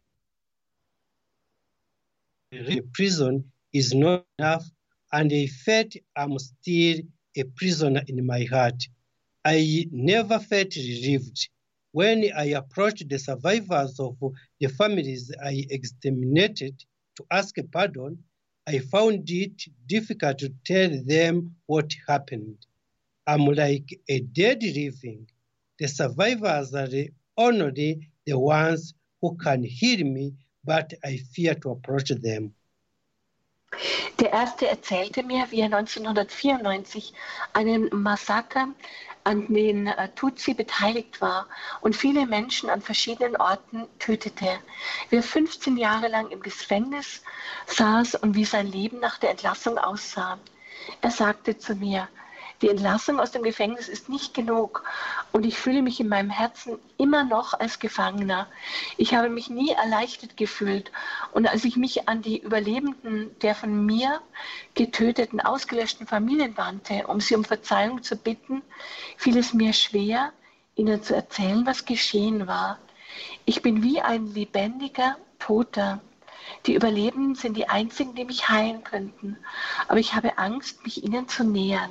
prison is not enough, and I felt I'm still a prisoner in my heart. I never felt relieved. When I approached the survivors of the families I exterminated to ask pardon, I found it difficult to tell them what happened. I'm like a dead living. The survivors are the only the ones who can heal me, but I fear to approach them. Der erste erzählte mir, wie er neunzehnhundertvierundneunzig einem Massaker an den äh, Tutsi beteiligt war und viele Menschen an verschiedenen Orten tötete. Wie er fünfzehn Jahre lang im Gefängnis saß und wie sein Leben nach der Entlassung aussah. Er sagte zu mir, die Entlassung aus dem Gefängnis ist nicht genug und ich fühle mich in meinem Herzen immer noch als Gefangener. Ich habe mich nie erleichtert gefühlt und als ich mich an die Überlebenden der von mir getöteten, ausgelöschten Familien wandte, um sie um Verzeihung zu bitten, fiel es mir schwer, ihnen zu erzählen, was geschehen war. Ich bin wie ein lebendiger Toter. Die Überlebenden sind die einzigen, die mich heilen könnten, aber ich habe Angst, mich ihnen zu nähern.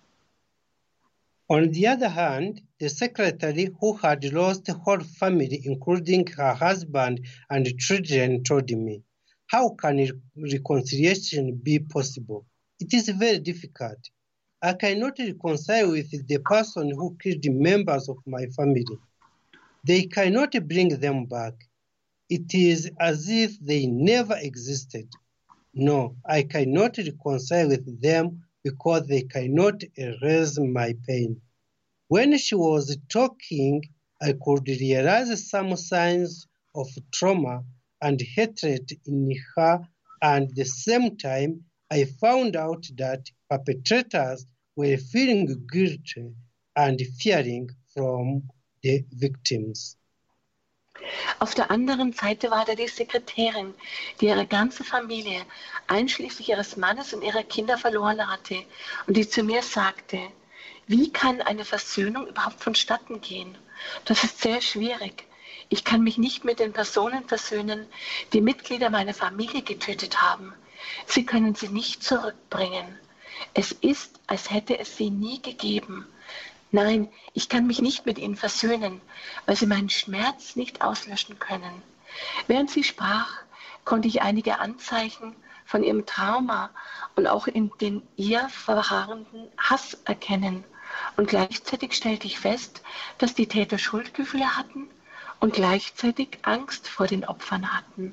On the other hand, the secretary who had lost her whole family, including her husband and children, told me, how can reconciliation be possible? It is very difficult. I cannot reconcile with the person who killed members of my family. They cannot bring them back. It is as if they never existed. No, I cannot reconcile with them because they cannot erase my pain. When she was talking, I could realize some signs of trauma and hatred in her, and at the same time, I found out that perpetrators were feeling guilty and fearing from the victims. Auf der anderen Seite war da die Sekretärin, die ihre ganze Familie, einschließlich ihres Mannes und ihrer Kinder verloren hatte und die zu mir sagte, wie kann eine Versöhnung überhaupt vonstatten gehen? Das ist sehr schwierig. Ich kann mich nicht mit den Personen versöhnen, die Mitglieder meiner Familie getötet haben. Sie können sie nicht zurückbringen. Es ist, als hätte es sie nie gegeben. Nein, ich kann mich nicht mit ihnen versöhnen, weil sie meinen Schmerz nicht auslöschen können. Während sie sprach, konnte ich einige Anzeichen von ihrem Trauma und auch in den ihr verharrenden Hass erkennen. Und gleichzeitig stellte ich fest, dass die Täter Schuldgefühle hatten und gleichzeitig Angst vor den Opfern hatten.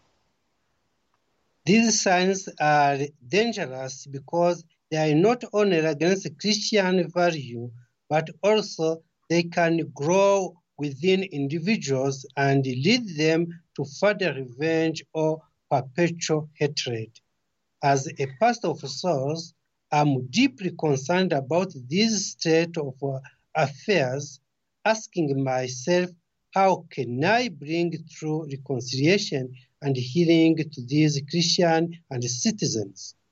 These signs are dangerous because they are not only against Christian value, but also they can grow within individuals and lead them to further revenge or perpetual hatred. As a pastor of souls, I'm deeply concerned about this state of affairs, asking myself, how can I bring true reconciliation and healing to these Christians and citizens?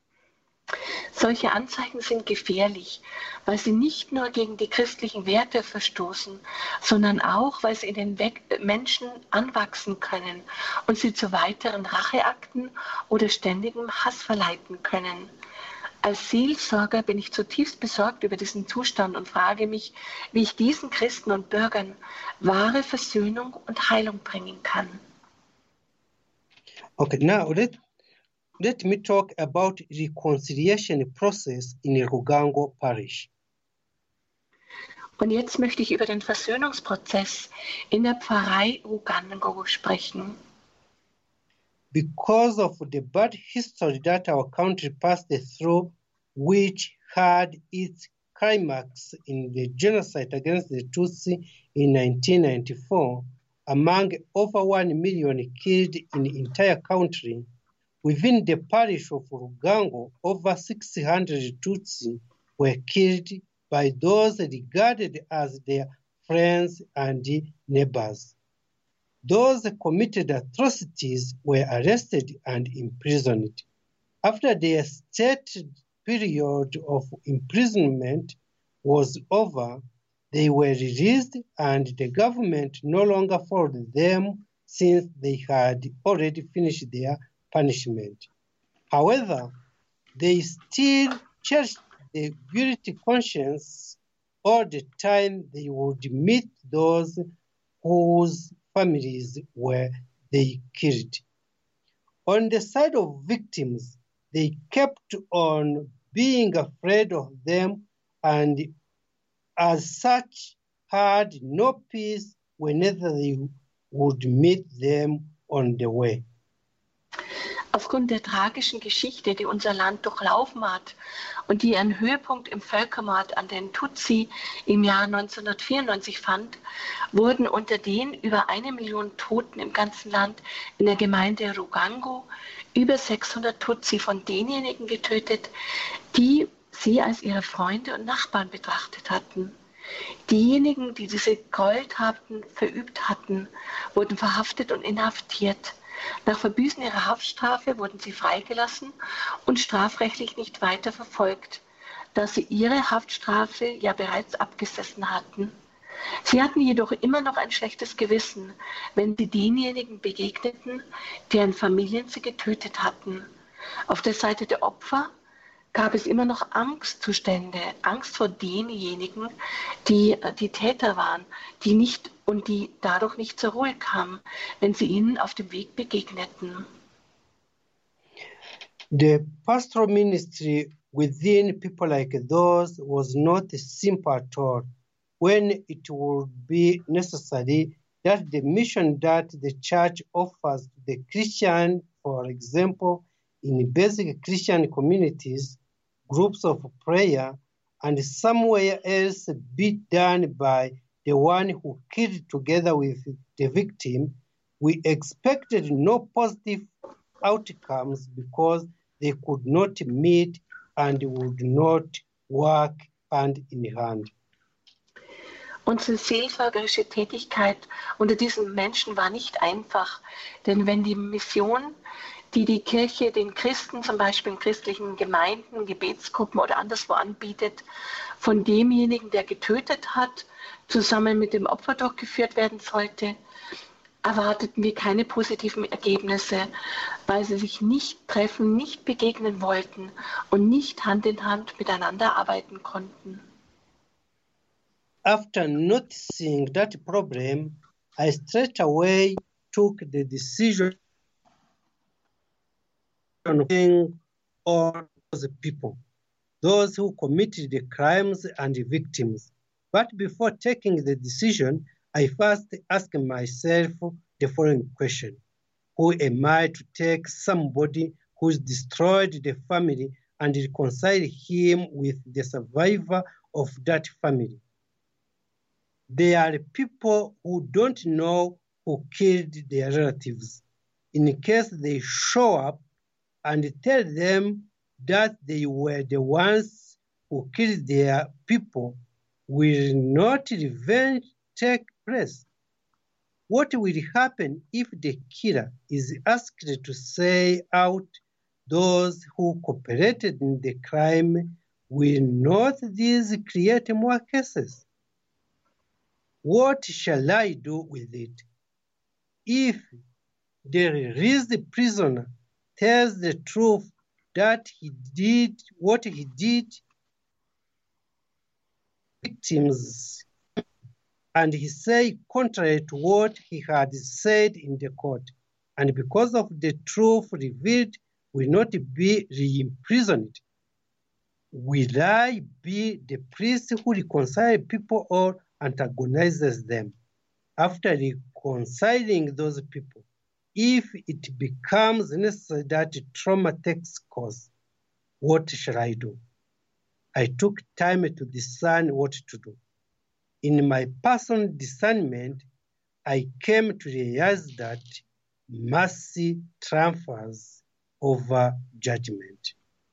Solche Anzeichen sind gefährlich, weil sie nicht nur gegen die christlichen Werte verstoßen, sondern auch, weil sie in den We- Menschen anwachsen können und sie zu weiteren Racheakten oder ständigem Hass verleiten können. Als Seelsorger bin ich zutiefst besorgt über diesen Zustand und frage mich, wie ich diesen Christen und Bürgern wahre Versöhnung und Heilung bringen kann. Okay, now let, let me talk about reconciliation process in Rugango Parish. Und jetzt möchte ich über den Versöhnungsprozess in der Pfarrei Rugango sprechen. Because of the bad history that our country passed through, which had its climax in the genocide against the Tutsi in nineteen ninety-four, among over one million killed in the entire country, within the parish of Rugango, over six hundred Tutsi were killed by those regarded as their friends and neighbors. Those committed atrocities were arrested and imprisoned. After their stated period of imprisonment was over, they were released and the government no longer followed them since they had already finished their punishment. However, they still cherished the guilty conscience all the time they would meet those whose families were they killed. On the side of victims, they kept on being afraid of them and as such had no peace whenever they would meet them on the way. Aufgrund der tragischen Geschichte, die unser Land durchlaufen hat und die ihren Höhepunkt im Völkermord an den Tutsi im Jahr neunzehnhundertvierundneunzig fand, wurden unter den über eine Million Toten im ganzen Land in der Gemeinde Rugango über sechshundert Tutsi von denjenigen getötet, die sie als ihre Freunde und Nachbarn betrachtet hatten. Diejenigen, die diese Gräueltaten verübt hatten, wurden verhaftet und inhaftiert. Nach Verbüßen ihrer Haftstrafe wurden sie freigelassen und strafrechtlich nicht weiter verfolgt, da sie ihre Haftstrafe ja bereits abgesessen hatten. Sie hatten jedoch immer noch ein schlechtes Gewissen, wenn sie denjenigen begegneten, deren Familien sie getötet hatten. Auf der Seite der Opfer gab es immer noch Angstzustände, Angst vor denjenigen, die die Täter waren, die nicht und die dadurch nicht zur Ruhe kamen, wenn sie ihnen auf dem Weg begegneten. The pastoral ministry within people like those was not simple at all, when it would be necessary that the mission that the church offers to the Christian, for example, in basic Christian communities, groups of prayer, and somewhere else be done by the one who killed together with the victim, we expected no positive outcomes because they could not meet and would not work hand in hand. Unsere seelsorgerische Tätigkeit unter diesen Menschen war nicht einfach, denn wenn die Mission, die die Kirche den Christen, zum Beispiel in christlichen Gemeinden, Gebetsgruppen oder anderswo anbietet, von demjenigen, der getötet hat, zusammen mit dem Opfer durchgeführt werden sollte, erwarteten wir keine positiven Ergebnisse, weil sie sich nicht treffen, nicht begegnen wollten und nicht Hand in Hand miteinander arbeiten konnten. After noticing that problem, I straight away took the decision of killing all the people, those who committed the crimes and the victims. But before taking the decision, I first asked myself the following question: who am I to take somebody who's destroyed the family and reconcile him with the survivor of that family? There are people who don't know who killed their relatives. In case they show up and tell them that they were the ones who killed their people, will not revenge take place? What will happen if the killer is asked to say out those who cooperated in the crime, will not this create more cases? What shall I do with it? If the released prisoner tells the truth that he did what he did, victims, and he say contrary to what he had said in the court, and because of the truth revealed will not be re-imprisoned, will I be the priest who reconciles people or antagonizes them? After reconciling those people, if it becomes necessary that trauma takes course, what shall I do? I took time to discern what to do. In my personal discernment, I came to realize that mercy triumphs over judgment.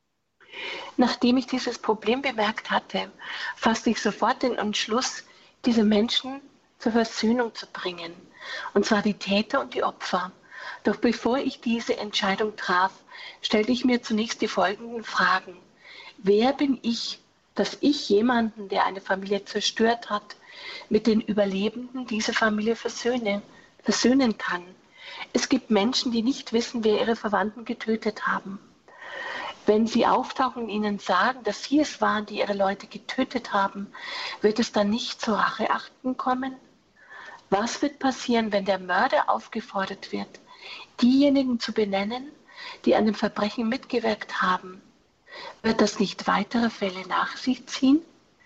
Nachdem ich dieses Problem bemerkt hatte, fasste ich sofort den Entschluss, diese Menschen zur Versöhnung zu bringen, und zwar die Täter und die Opfer. Doch bevor ich diese Entscheidung traf, stellte ich mir zunächst die folgenden Fragen. Wer bin ich, dass ich jemanden, der eine Familie zerstört hat, mit den Überlebenden dieser Familie versöhnen, versöhnen kann? Es gibt Menschen, die nicht wissen, wer ihre Verwandten getötet haben. Wenn sie auftauchen und ihnen sagen, dass sie es waren, die ihre Leute getötet haben, wird es dann nicht zu Racheakten kommen? Was wird passieren, wenn der Mörder aufgefordert wird, diejenigen zu benennen, die an dem Verbrechen mitgewirkt haben? Wird das nicht weitere Fälle nach sich ziehen?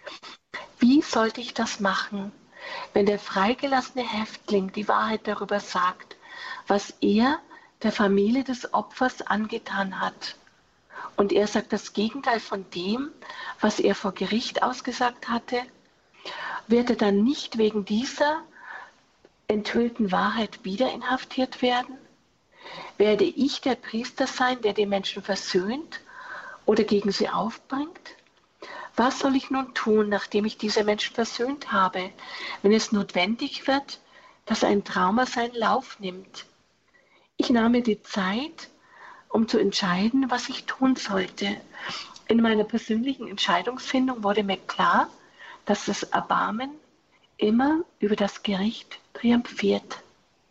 Wie sollte ich das machen, wenn der freigelassene Häftling die Wahrheit darüber sagt, was er der Familie des Opfers angetan hat? Und er sagt das Gegenteil von dem, was er vor Gericht ausgesagt hatte? Wird er dann nicht wegen dieser enthüllten Wahrheit wieder inhaftiert werden? Werde ich der Priester sein, der die Menschen versöhnt oder gegen sie aufbringt? Was soll ich nun tun, nachdem ich diese Menschen versöhnt habe, wenn es notwendig wird, dass ein Trauma seinen Lauf nimmt? Ich nahm mir die Zeit, um zu entscheiden, was ich tun sollte. In meiner persönlichen Entscheidungsfindung wurde mir klar, dass das Erbarmen immer über das Gericht triumphiert.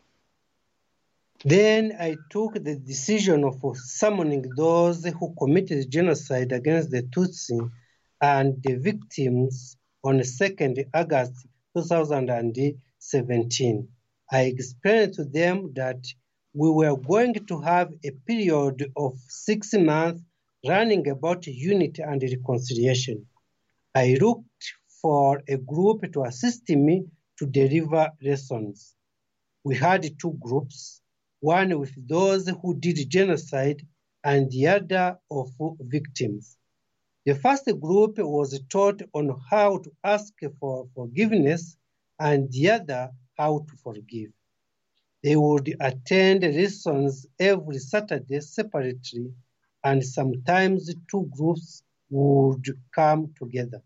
Then I took the decision of summoning those who committed genocide against the Tutsi and the victims on the second of August two thousand seventeen. I explained to them that we were going to have a period of six months running about unity and reconciliation. I looked for a group to assist me to deliver lessons. We had two groups, one with those who did genocide and the other of victims. The first group was taught on how to ask for forgiveness and the other how to forgive. They would attend lessons every Saturday separately, and sometimes two groups would come together.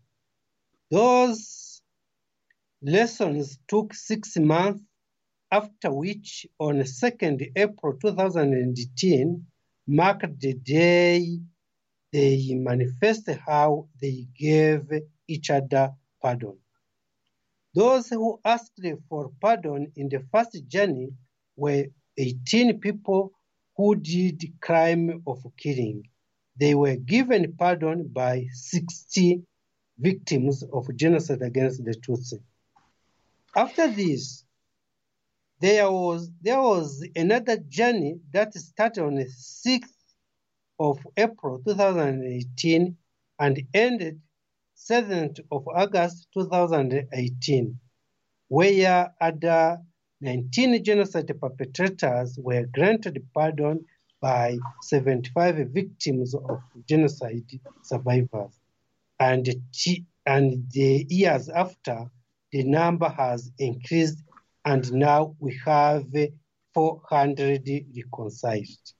Those lessons took six months, after which on the second of April two thousand ten marked the day they manifested how they gave each other pardon. Those who asked for pardon in the first journey were eighteen people who did crime of killing. They were given pardon by sixty victims of genocide against the Tutsi. After this, there was, there was another journey that started on the sixth of April two thousand eighteen and ended seventh of August two thousand eighteen, where other nineteen genocide perpetrators were granted pardon by seventy-five victims of genocide survivors. And, t- and the years after, the number has increased, and now we have four hundred reconciled.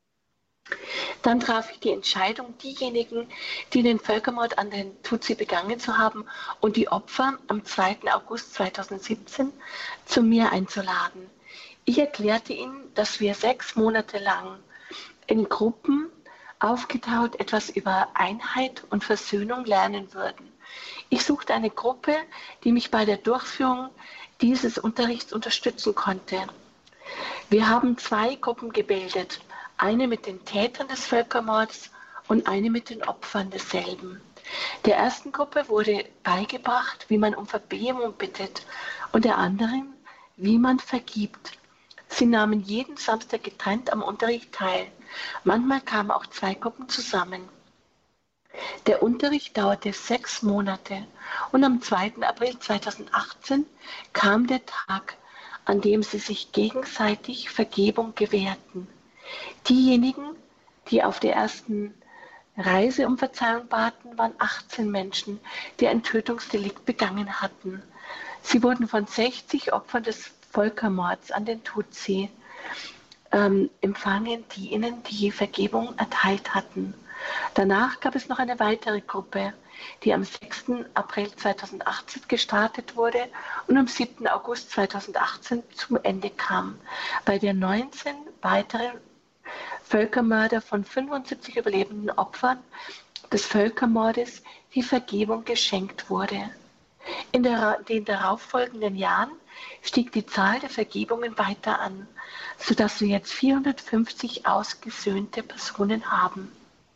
Dann traf ich die Entscheidung, diejenigen, die den Völkermord an den Tutsi begangen zu haben und die Opfer am zweiten August zweitausendsiebzehn zu mir einzuladen. Ich erklärte ihnen, dass wir sechs Monate lang in Gruppen aufgetaut etwas über Einheit und Versöhnung lernen würden. Ich suchte eine Gruppe, die mich bei der Durchführung dieses Unterrichts unterstützen konnte. Wir haben zwei Gruppen gebildet, eine mit den Tätern des Völkermords und eine mit den Opfern desselben. Der ersten Gruppe wurde beigebracht, wie man um Vergebung bittet, und der anderen, wie man vergibt. Sie nahmen jeden Samstag getrennt am Unterricht teil. Manchmal kamen auch zwei Gruppen zusammen. Der Unterricht dauerte sechs Monate und am zweiten April zweitausendachtzehn kam der Tag, an dem sie sich gegenseitig Vergebung gewährten. Diejenigen, die auf der ersten Reise um Verzeihung baten, waren achtzehn Menschen, die ein Tötungsdelikt begangen hatten. Sie wurden von sechzig Opfern des Völkermords an den Tutsi ähm, empfangen, die ihnen die Vergebung erteilt hatten. Danach gab es noch eine weitere Gruppe, die am sechsten April zweitausendachtzehn gestartet wurde und am siebten August zweitausendachtzehn zum Ende kam, bei der neunzehn weitere Völkermörder von fünfundsiebzig überlebenden Opfern des Völkermordes die Vergebung geschenkt wurde. In der, den darauffolgenden Jahren stieg die Zahl der Vergebungen weiter an, sodass wir jetzt vierhundertfünfzig ausgesöhnte Personen haben.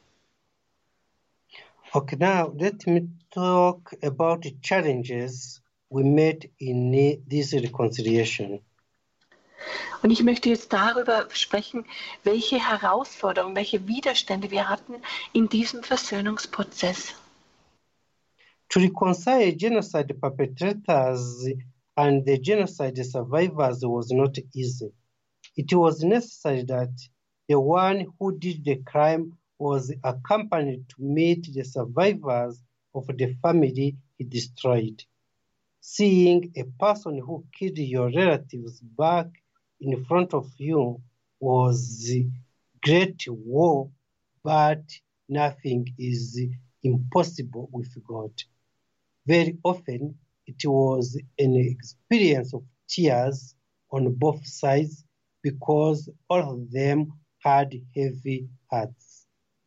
Okay, now let me talk about the challenges we met in this reconciliation. Und ich möchte jetzt darüber sprechen, welche Herausforderungen, welche Widerstände wir hatten in diesem Versöhnungsprozess. To reconcile genocide perpetrators and the genocide survivors was not easy. It was necessary that the one who did the crime was accompanied to meet the survivors of the family he destroyed. Seeing a person who killed your relatives back in front of you was great war, but nothing is impossible with God. Very often, it was an experience of tears on both sides because all of them had heavy hearts.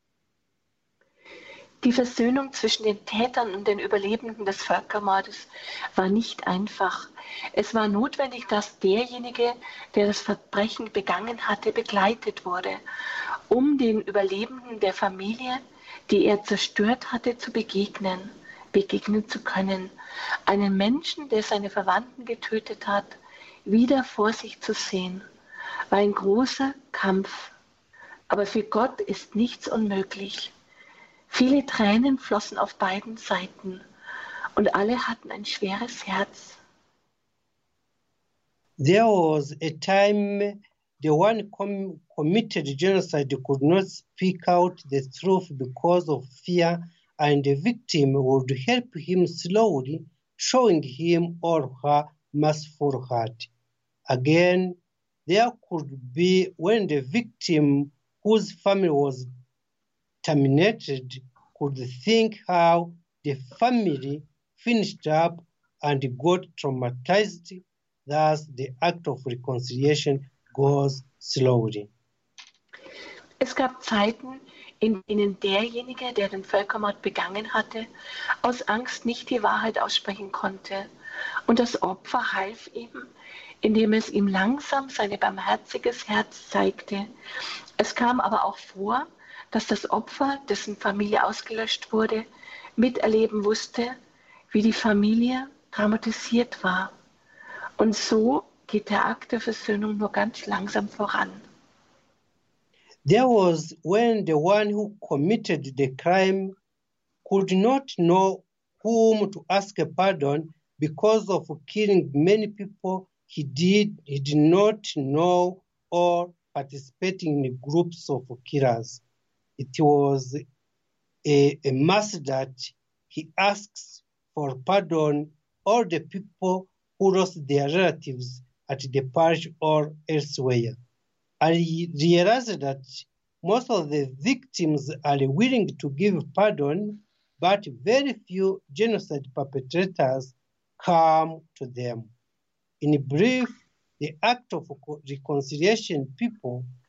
Die Versöhnung zwischen den Tätern und den Überlebenden des Völkermordes war nicht einfach. Es war notwendig, dass derjenige, der das Verbrechen begangen hatte, begleitet wurde, um den Überlebenden der Familie, die er zerstört hatte, zu begegnen, begegnen zu können. Einen Menschen, der seine Verwandten getötet hat, wieder vor sich zu sehen, war ein großer Kampf. Aber für Gott ist nichts unmöglich. Viele Tränen flossen auf beiden Seiten und alle hatten ein schweres Herz. There was a time the one com- committed genocide could not speak out the truth because of fear, and the victim would help him slowly, showing him or her merciful heart. Again, there could be when the victim whose family was terminated could think how the family finished up and got traumatized. Thus, the act of reconciliation goes slowly. Es gab Zeiten, in denen derjenige, der den Völkermord begangen hatte, aus Angst nicht die Wahrheit aussprechen konnte. Und das Opfer half ihm, indem es ihm langsam sein barmherziges Herz zeigte. Es kam aber auch vor, dass das Opfer, dessen Familie ausgelöscht wurde, miterleben musste, wie die Familie traumatisiert war. Und so geht der Akt der Versöhnung nur ganz langsam voran. There was when the one who committed the crime could not know whom to ask a pardon because of killing many people he did, he did not know or participating in groups of killers. It was a, a must that he asks for pardon all the people who lost their relatives at the parish or elsewhere. I realized that most of the victims are willing to give pardon, but very few genocide perpetrators come to them. In brief, the act of reconciliation people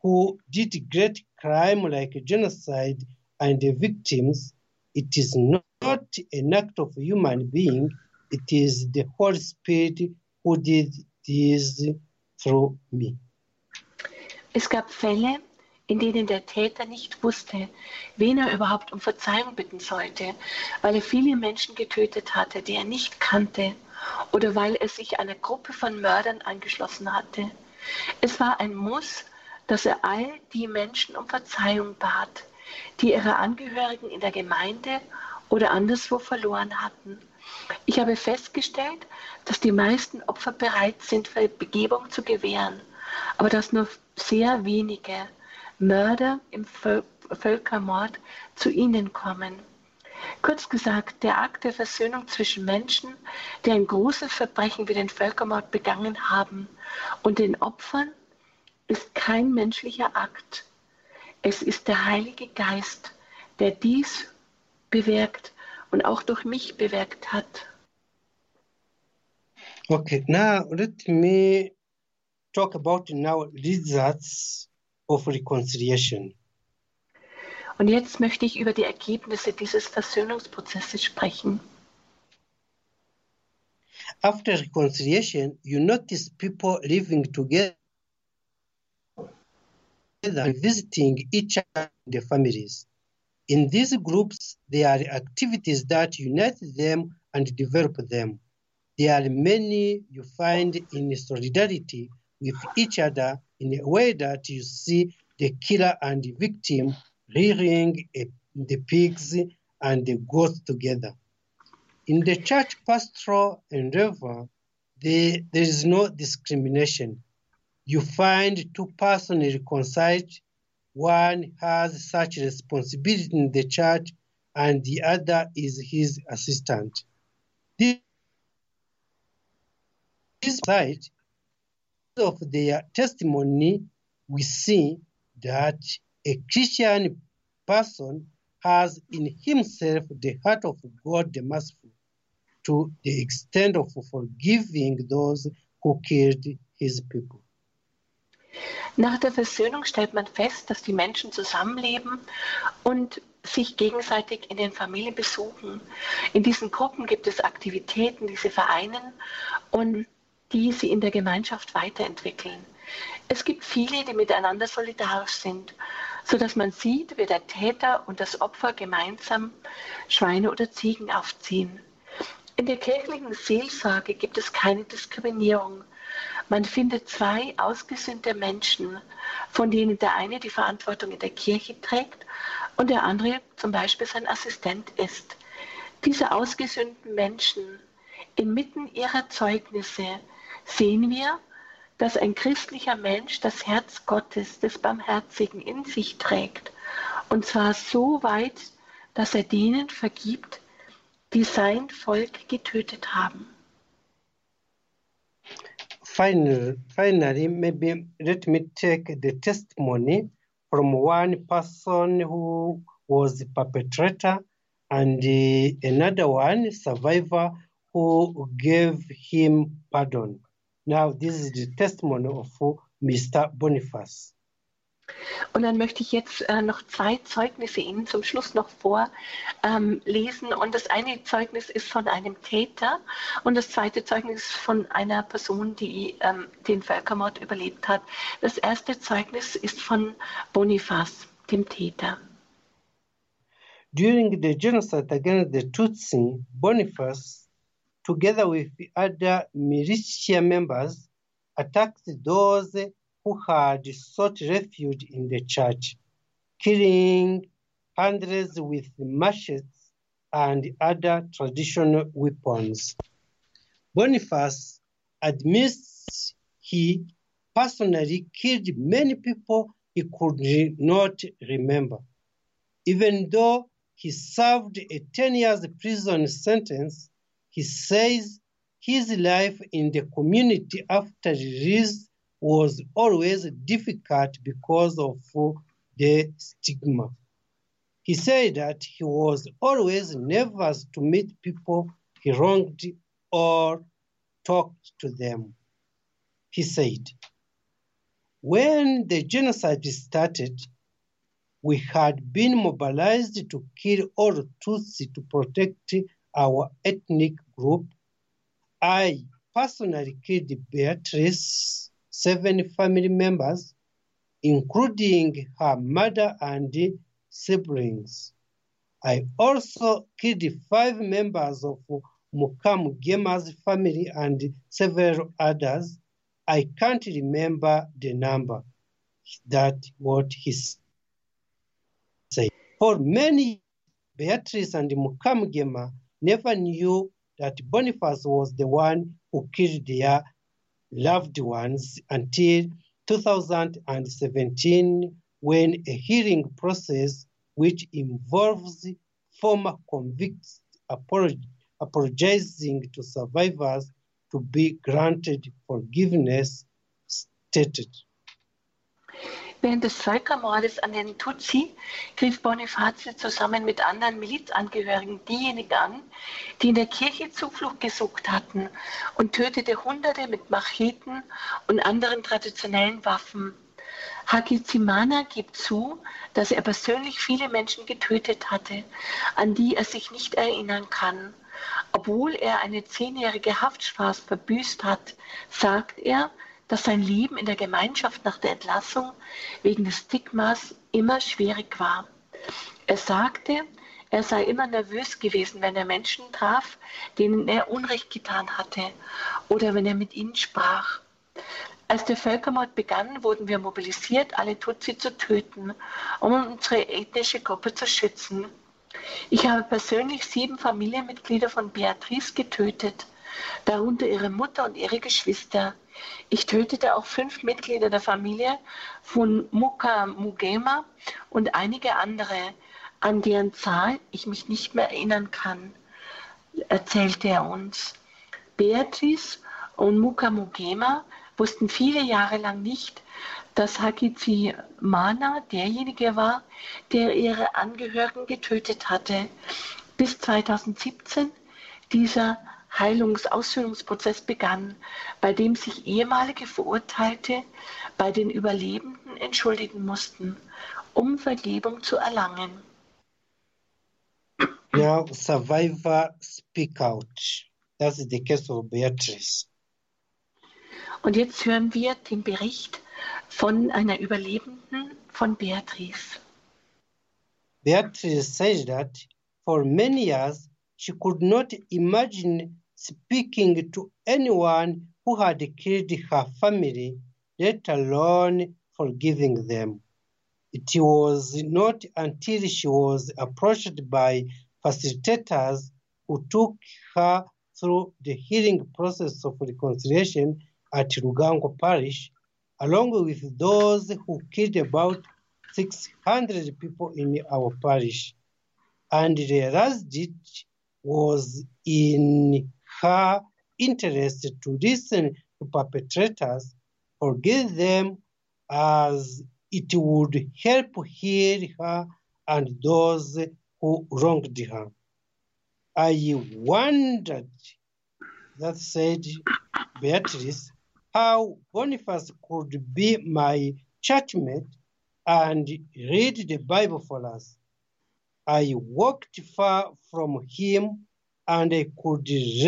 who did great crime like genocide and the victims, it is not an act of human being, it is the Holy Spirit who did this through me. Es gab Fälle, in denen der Täter nicht wusste, wen er überhaupt um Verzeihung bitten sollte, weil er viele Menschen getötet hatte, die er nicht kannte, oder weil er sich einer Gruppe von Mördern angeschlossen hatte. Es war ein Muss, dass er all die Menschen um Verzeihung bat, die ihre Angehörigen in der Gemeinde oder anderswo verloren hatten. Ich habe festgestellt, dass die meisten Opfer bereit sind, Vergebung zu gewähren, aber dass nur sehr wenige Mörder im Völkermord zu ihnen kommen. Kurz gesagt, der Akt der Versöhnung zwischen Menschen, die ein großes Verbrechen wie den Völkermord begangen haben, und den Opfern ist kein menschlicher Akt. Es ist der Heilige Geist, der dies bewirkt und auch durch mich bewirkt hat. Okay, now let me talk about now results of reconciliation. Und jetzt möchte ich über die Ergebnisse dieses Versöhnungsprozesses sprechen. After reconciliation, you notice people living together and visiting each other in the families. In these groups, there are activities that unite them and develop them. There are many you find in solidarity with each other in a way that you see the killer and the victim rearing a, the pigs and the goats together. In the church pastoral endeavor, there, there is no discrimination. You find two persons reconciled. One has such responsibility in the church and the other is his assistant. This side of their testimony, we see that a Christian person has in himself the heart of God the merciful, to the extent of forgiving those who killed his people. Nach der Versöhnung stellt man fest, dass die Menschen zusammenleben und sich gegenseitig in den Familien besuchen. In diesen Gruppen gibt es Aktivitäten, die sie vereinen und die sie in der Gemeinschaft weiterentwickeln. Es gibt viele, die miteinander solidarisch sind, sodass man sieht, wie der Täter und das Opfer gemeinsam Schweine oder Ziegen aufziehen. In der kirchlichen Seelsorge gibt es keine Diskriminierung. Man findet zwei ausgesöhnte Menschen, von denen der eine die Verantwortung in der Kirche trägt und der andere zum Beispiel sein Assistent ist. Diese ausgesöhnten Menschen, inmitten ihrer Zeugnisse, sehen wir, dass ein christlicher Mensch das Herz Gottes, des Barmherzigen, in sich trägt. Und zwar so weit, dass er denen vergibt, die sein Volk getötet haben. Finally, finally, maybe let me take the testimony from one person who was the perpetrator and uh, another one, survivor, who gave him pardon. Now, this is the testimony of Mister Boniface. Und dann möchte ich jetzt äh, noch zwei Zeugnisse Ihnen zum Schluss noch vorlesen. Ähm, und das eine Zeugnis ist von einem Täter und das zweite Zeugnis ist von einer Person, die ähm, den Völkermord überlebt hat. Das erste Zeugnis ist von Boniface, dem Täter. During the genocide against the Tutsi, Boniface, together with other militia members, attacked those who had sought refuge in the church, killing hundreds with machetes and other traditional weapons. Boniface admits he personally killed many people he could not remember. Even though he served a ten years prison sentence, he says his life in the community after release was always difficult because of the stigma. He said that he was always nervous to meet people he wronged or talk to them. He said, When the genocide started, we had been mobilized to kill all Tutsi to protect our ethnic group. I personally killed Beatrice's seven family members, including her mother and siblings. I also killed five members of Mukamugema's family and several others. I can't remember the number. That's what he said. For many years, Beatrice and Mukamugema never knew that Boniface was the one who killed their loved ones until two thousand seventeen, when a hearing process which involves former convicts apolog- apologizing to survivors to be granted forgiveness stated. Während des Völkermordes an den Tutsi griff Boniface zusammen mit anderen Milizangehörigen diejenigen an, die in der Kirche Zuflucht gesucht hatten, und tötete Hunderte mit Macheten und anderen traditionellen Waffen. Hakizimana gibt zu, dass er persönlich viele Menschen getötet hatte, an die er sich nicht erinnern kann. Obwohl er eine zehnjährige Haftstrafe verbüßt hat, sagt er, dass sein Leben in der Gemeinschaft nach der Entlassung wegen des Stigmas immer schwierig war. Er sagte, er sei immer nervös gewesen, wenn er Menschen traf, denen er Unrecht getan hatte, oder wenn er mit ihnen sprach. Als der Völkermord begann, wurden wir mobilisiert, alle Tutsi zu töten, um unsere ethnische Gruppe zu schützen. Ich habe persönlich sieben Familienmitglieder von Beatrice getötet, darunter ihre Mutter und ihre Geschwister. Ich tötete auch fünf Mitglieder der Familie von Mukamugema und einige andere, an deren Zahl ich mich nicht mehr erinnern kann, erzählte er uns. Beatrice und Mukamugema wussten viele Jahre lang nicht, dass Hakizimana derjenige war, der ihre Angehörigen getötet hatte, bis zweitausendsiebzehn dieser Heilungsausführungsprozess begann, bei dem sich ehemalige Verurteilte bei den Überlebenden entschuldigen mussten, um Vergebung zu erlangen. Now, survivor speak out. That's the case of Beatrice. Und jetzt hören wir den Bericht von einer Überlebenden von Beatrice. Beatrice said that for many years she could not imagine speaking to anyone who had killed her family, let alone forgiving them. It was not until she was approached by facilitators who took her through the healing process of reconciliation at Rugango Parish, along with those who killed about six hundred people in our parish, and realized it was in her interest to listen to perpetrators, forgive them, as it would help heal her and those who wronged her. I wondered, that said Beatrice, how Boniface could be my churchmate and read the Bible for us. I walked far from him and I could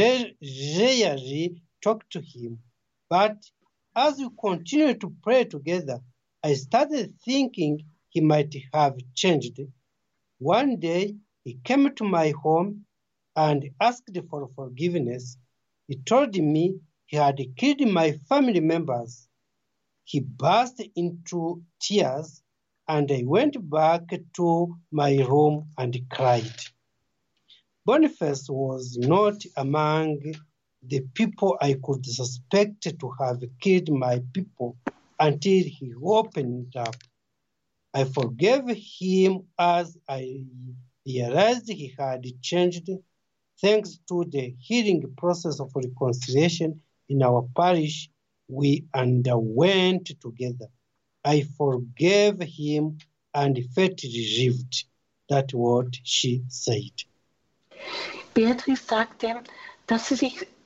rarely talk to him. But as we continued to pray together, I started thinking he might have changed. One day, he came to my home and asked for forgiveness. He told me he had killed my family members. He burst into tears, and I went back to my room and cried. Boniface was not among the people I could suspect to have killed my people until he opened up. I forgave him as I realized he had changed, thanks to the healing process of reconciliation in our parish we underwent together. I forgave him and felt relieved. That's what she said. Beatrice sagte, dass sie sich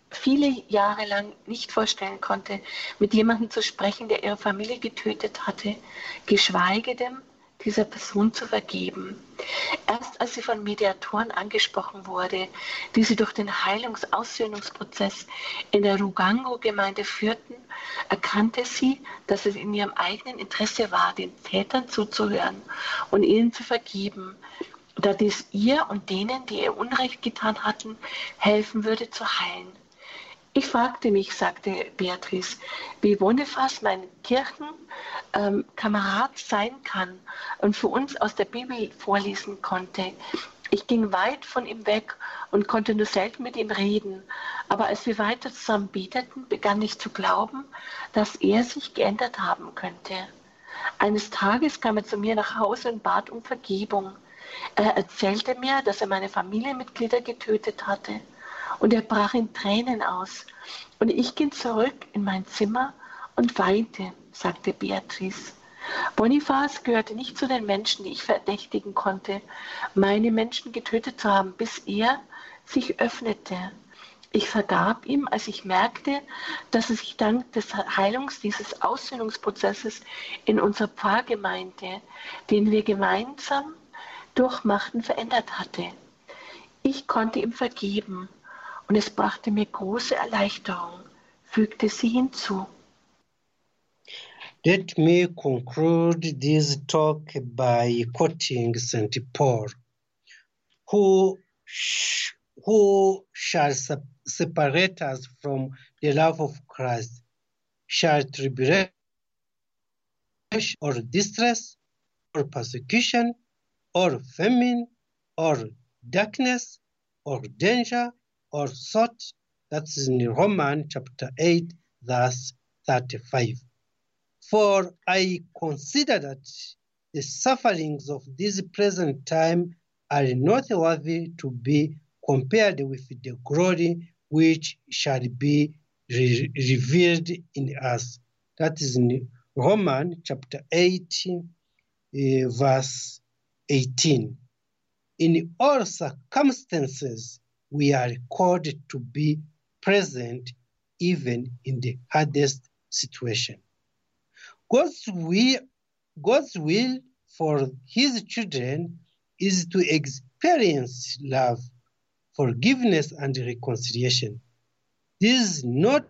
viele Jahre lang nicht vorstellen konnte, mit jemandem zu sprechen, der ihre Familie getötet hatte, geschweige denn dieser Person zu vergeben. Erst als sie von Mediatoren angesprochen wurde, die sie durch den Heilungs-Aussöhnungsprozess in der Rugango-Gemeinde führten, erkannte sie, dass es in ihrem eigenen Interesse war, den Tätern zuzuhören und ihnen zu vergeben, da dies ihr und denen, die ihr Unrecht getan hatten, helfen würde zu heilen. Ich fragte mich, sagte Beatrice, wie Bonifaz mein Kirchenkamerad ähm, sein kann und für uns aus der Bibel vorlesen konnte. Ich ging weit von ihm weg und konnte nur selten mit ihm reden. Aber als wir weiter zusammen beteten, begann ich zu glauben, dass er sich geändert haben könnte. Eines Tages kam er zu mir nach Hause und bat um Vergebung. Er erzählte mir, dass er meine Familienmitglieder getötet hatte. Und er brach in Tränen aus. Und ich ging zurück in mein Zimmer und weinte, sagte Beatrice. Bonifaz gehörte nicht zu den Menschen, die ich verdächtigen konnte, meine Menschen getötet zu haben, bis er sich öffnete. Ich vergab ihm, als ich merkte, dass er sich dank des Heilungs dieses Aussöhnungsprozesses in unserer Pfarrgemeinde, den wir gemeinsam durchmachten, verändert hatte. Ich konnte ihm vergeben. Und es brachte mir große Erleichterung, fügte sie hinzu. Let me conclude this talk by quoting Saint Paul, who, sh- who shall se- separate us from the love of Christ? Shall tribulation or distress or persecution or famine or darkness or danger or sword? That's in Romans chapter eight, verse thirty-five. For I consider that the sufferings of this present time are not worthy to be compared with the glory which shall be re- revealed in us. That is in Romans chapter eight, uh, verse eighteen. In all circumstances, we are called to be present even in the hardest situation. God's will, God's will for his children is to experience love, forgiveness, and reconciliation. This is not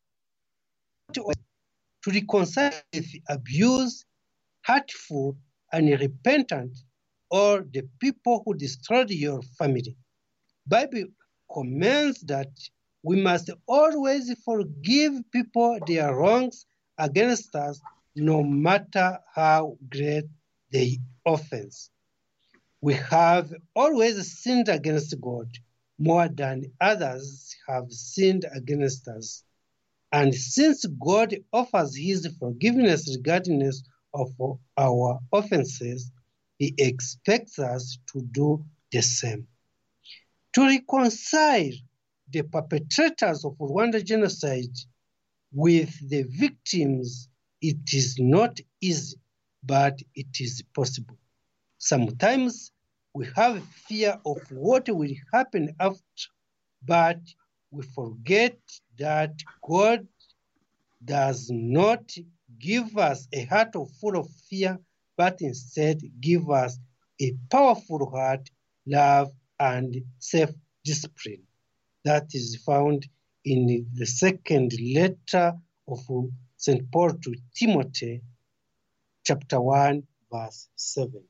to reconcile with abuse, hurtful, unrepentant, or the people who destroyed your family. Bible commands that we must always forgive people their wrongs against us, no matter how great the offense. We have always sinned against God more than others have sinned against us. And since God offers his forgiveness regardless of our offenses, he expects us to do the same. To reconcile the perpetrators of Rwanda genocide with the victims, it is not easy, but it is possible. Sometimes we have fear of what will happen after, but we forget that God does not give us a heart full of fear, but instead give us a powerful heart, love, and self-discipline. That is found in the second letter of Saint Paul to Timothy, chapter one, verse seven.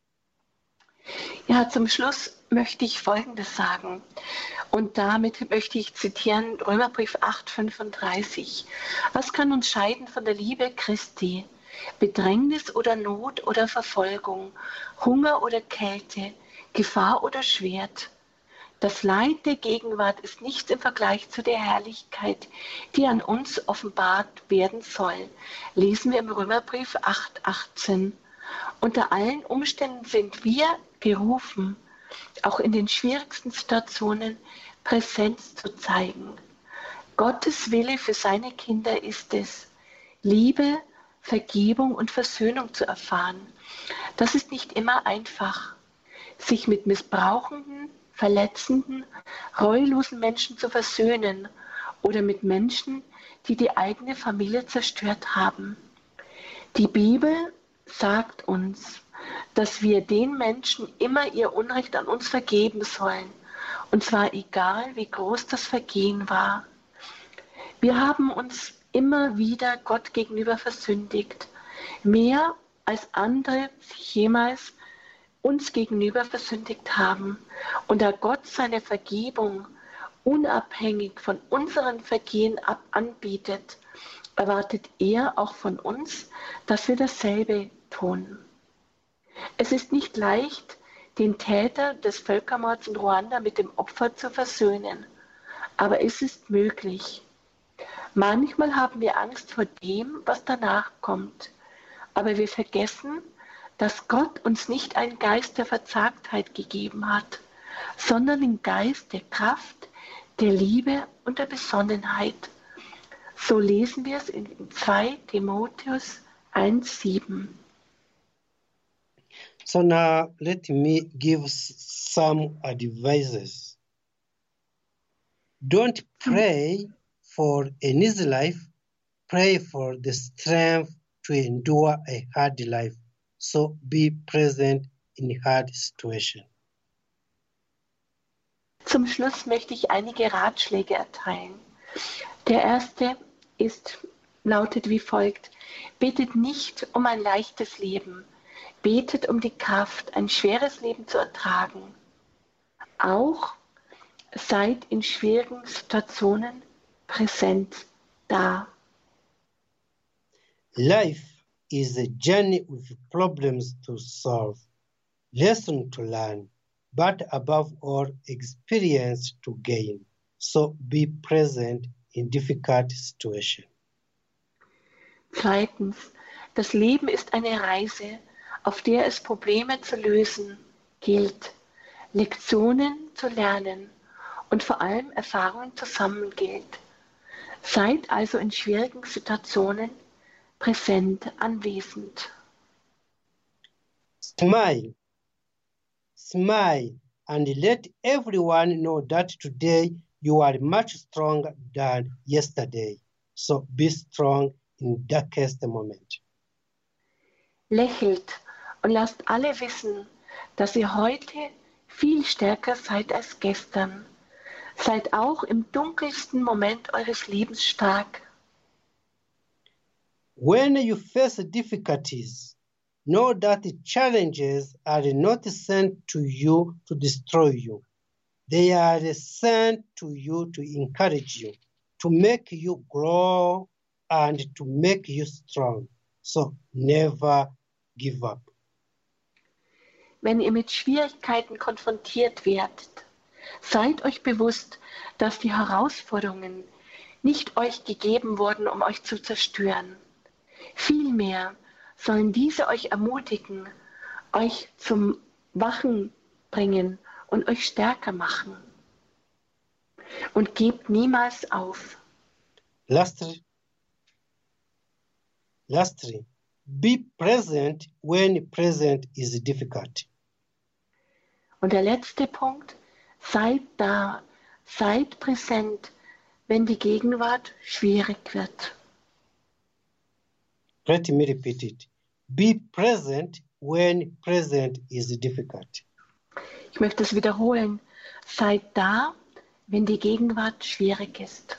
Ja, zum Schluss möchte ich Folgendes sagen. Und damit möchte ich zitieren Römerbrief acht, fünfunddreißig. Was kann uns scheiden von der Liebe Christi? Bedrängnis oder Not oder Verfolgung, Hunger oder Kälte, Gefahr oder Schwert. Das Leid der Gegenwart ist nichts im Vergleich zu der Herrlichkeit, die an uns offenbart werden soll. Lesen wir im Römerbrief acht, achtzehn. Unter allen Umständen sind wir gerufen, auch in den schwierigsten Situationen Präsenz zu zeigen. Gottes Wille für seine Kinder ist es, Liebe, Vergebung und Versöhnung zu erfahren. Das ist nicht immer einfach. Sich mit missbrauchenden, verletzenden, reulosen Menschen zu versöhnen oder mit Menschen, die die eigene Familie zerstört haben. Die Bibel sagt uns, dass wir den Menschen immer ihr Unrecht an uns vergeben sollen, und zwar egal, wie groß das Vergehen war. Wir haben uns immer wieder Gott gegenüber versündigt, mehr als andere sich jemals uns gegenüber versündigt haben. Und da Gott seine Vergebung unabhängig von unseren Vergehen ab anbietet, erwartet er auch von uns, dass wir dasselbe tun. Es ist nicht leicht, den Täter des Völkermords in Ruanda mit dem Opfer zu versöhnen, aber es ist möglich. Manchmal haben wir Angst vor dem, was danach kommt, aber wir vergessen, dass Gott uns nicht einen Geist der Verzagtheit gegeben hat, sondern den Geist der Kraft, der Liebe und der Besonnenheit. So lesen wir es in zwei Timotheus eins sieben. So now let me give some advices. Don't pray for an easy life, pray for the strength to endure a hard life. So be present in hard situation. Zum Schluss möchte ich einige Ratschläge erteilen. Der erste ist, lautet wie folgt: Betet nicht um ein leichtes Leben, betet um die Kraft, ein schweres Leben zu ertragen. Auch seid in schwierigen Situationen präsent da. Life is a journey with problems to solve, lesson to learn, but above all, experience to gain. So be present in difficult situations. Zweitens, das Leben ist eine Reise, auf der es Probleme zu lösen gilt, Lektionen zu lernen und vor allem Erfahrungen zu sammeln gilt. Seid also in schwierigen Situationen präsent anwesend. Smile, smile, and let everyone know that today you are much stronger than yesterday. So be strong in darkest moment. Lächelt und lasst alle wissen, dass ihr heute viel stärker seid als gestern. Seid auch im dunkelsten Moment eures Lebens stark. When you face difficulties, know that the challenges are not sent to you to destroy you. They are sent to you to encourage you, to make you grow and to make you strong. So never give up. Wenn ihr mit Schwierigkeiten konfrontiert werdet, seid euch bewusst, dass die Herausforderungen nicht euch gegeben wurden, um euch zu zerstören. Vielmehr sollen diese euch ermutigen, euch zum Wachen bringen und euch stärker machen. Und gebt niemals auf. Lastly, lastly, be present when present is difficult. Und der letzte Punkt: Seid da, seid präsent, wenn die Gegenwart schwierig wird. Let me repeat it. Be present when present is difficult. Ich möchte es wiederholen. Seid da, wenn die Gegenwart schwierig ist.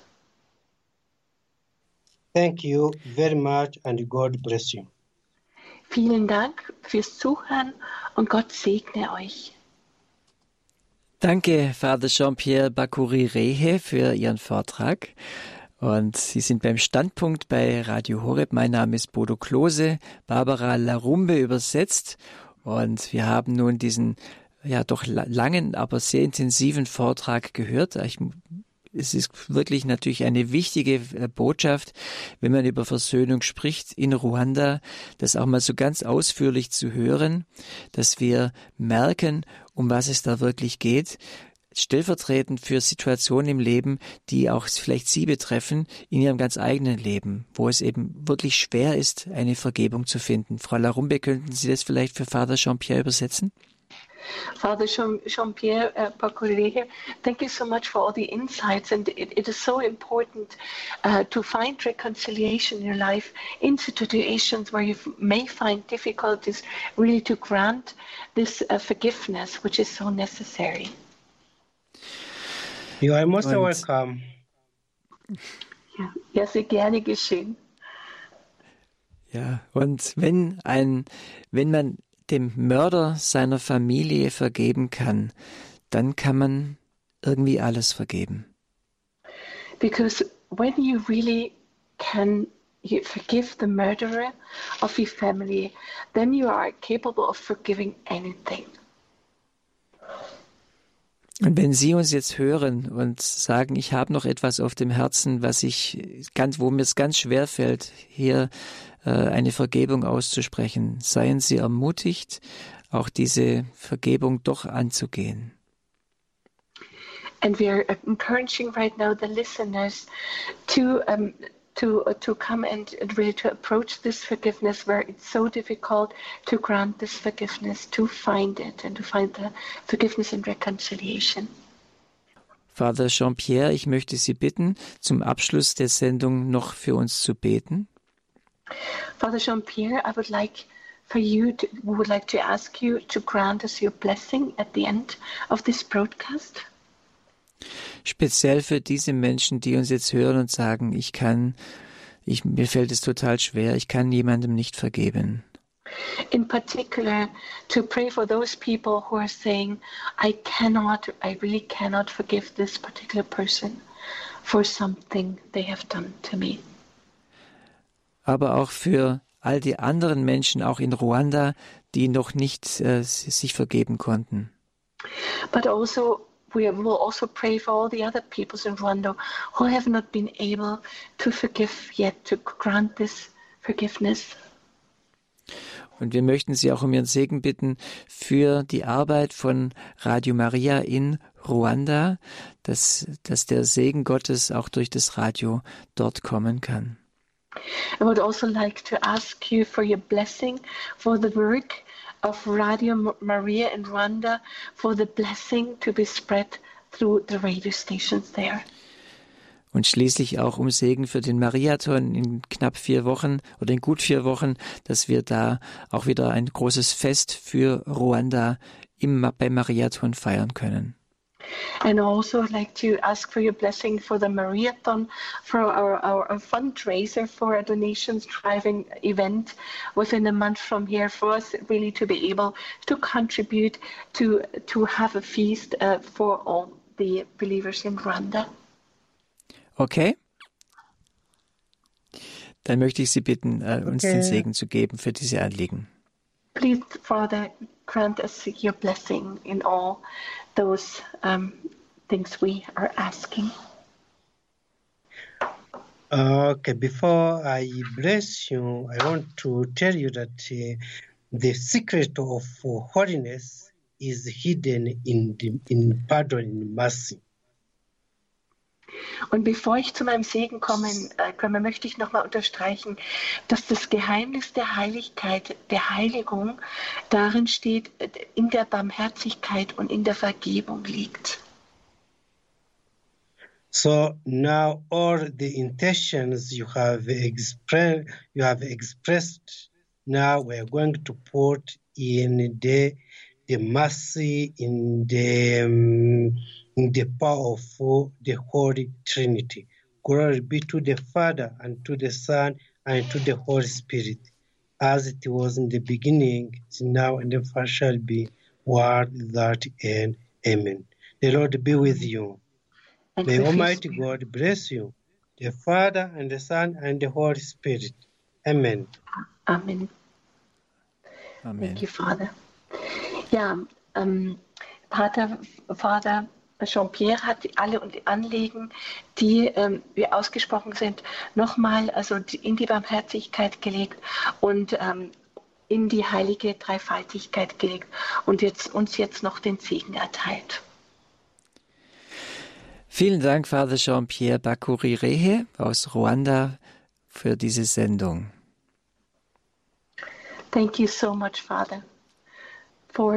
Thank you very much and God bless you. Vielen Dank fürs Zuhören und Gott segne euch. Danke, Vater Jean-Pierre Bakuri-Rehe, für Ihren Vortrag. Und Sie sind beim Standpunkt bei Radio Horeb. Mein Name ist Bodo Klose, Barbara Larumbe übersetzt. Und wir haben nun diesen ja doch langen, aber sehr intensiven Vortrag gehört. Ich, es ist wirklich natürlich eine wichtige Botschaft, wenn man über Versöhnung spricht in Ruanda, das auch mal so ganz ausführlich zu hören, dass wir merken, um was es da wirklich geht, stellvertretend für Situationen im Leben, die auch vielleicht Sie betreffen, in Ihrem ganz eigenen Leben, wo es eben wirklich schwer ist, eine Vergebung zu finden. Frau Larumbe, könnten Sie das vielleicht für Vater Jean-Pierre übersetzen? Father Jean- Jean-Pierre uh, Pacorehe, thank you so much for all the insights. And it, it is so important uh, to find reconciliation in your life in situations where you f- may find difficulties, really to grant this uh, forgiveness, which is so necessary. You are most Und- welcome. Ja, ja, sehr gerne geschehen. Ja, und wenn ein, wenn man dem Mörder seiner Familie vergeben kann, dann kann man irgendwie alles vergeben. Because when you really can you forgive the murderer of your family, then you are capable of forgiving anything. Und wenn Sie uns jetzt hören und sagen, ich habe noch etwas auf dem Herzen, was ich ganz, wo mir es ganz schwer fällt, hier äh, eine Vergebung auszusprechen, seien Sie ermutigt, auch diese Vergebung doch anzugehen. And we are encouraging right now the listeners to um, to uh, to come and and really to approach this forgiveness where it's so difficult to grant this forgiveness, to find it and to find the forgiveness and reconciliation. Vater Jean-Pierre, ich möchte Sie bitten, zum Abschluss der Sendung noch für uns zu beten. Father Jean-Pierre, I would like for you to, we would like to ask you to grant us your blessing at the end of this broadcast. Speziell für diese Menschen, die uns jetzt hören und sagen, ich kann, ich, mir fällt es total schwer, ich kann jemandem nicht vergeben. In particular, to pray for those people who are saying, I cannot, I really cannot forgive this particular person for something they have done to me. Aber auch für all die anderen Menschen, auch in Ruanda, die noch nicht äh, sich vergeben konnten. But also, we will also pray for all the other peoples in Rwanda who have not been able to forgive yet, to grant this forgiveness. Und wir möchten Sie auch um Ihren Segen bitten für die Arbeit von Radio Maria in Ruanda, dass, dass der Segen Gottes auch durch das Radio dort kommen kann. I would also like to ask you for your blessing for the work of Radio Maria in Rwanda, for the blessing to be spread through the radio stations there. Und schließlich auch um Segen für den Mariathon in knapp vier Wochen oder in gut vier Wochen, dass wir da auch wieder ein großes Fest für Ruanda im, beim Mariathon feiern können. And also I'd like to ask for your blessing for the Mariathon, for our, our, our fundraiser for a donations driving event within a month from here, for us really to be able to contribute to, to have a feast uh, for all the believers in Rwanda. Okay? Dann möchte ich Sie bitten, äh, uns Okay. den Segen zu geben für diese Anliegen. Please, Father, grant us your blessing in all those um, things we are asking. Okay, before I bless you, I want to tell you that uh, the secret of holiness is hidden in the, in pardon and mercy. Und bevor ich zu meinem Segen kommen, äh, komme, möchte ich nochmal unterstreichen, dass das Geheimnis der Heiligkeit, der Heiligung darin steht, äh, in der Barmherzigkeit und in der Vergebung liegt. So now all the intentions you have expressed, you have expressed, now we are going to put in the the mercy in the um, in the power of the Holy Trinity. Glory be to the Father and to the Son and to the Holy Spirit, as it was in the beginning, is now and ever shall be, world without end. Amen. The Lord be with you. And May with his Almighty Spirit. God bless you, the Father and the Son and the Holy Spirit. Amen. Amen. Amen. Thank you, Father. Ja, ähm, Pater, Vater Jean-Pierre hat alle Anliegen, die ähm, wir ausgesprochen sind, nochmal also die, in die Barmherzigkeit gelegt und ähm, in die heilige Dreifaltigkeit gelegt und jetzt, uns jetzt noch den Segen erteilt. Vielen Dank, Vater Jean-Pierre Bakurirehe aus Ruanda, für diese Sendung. Thank you so much, Father, for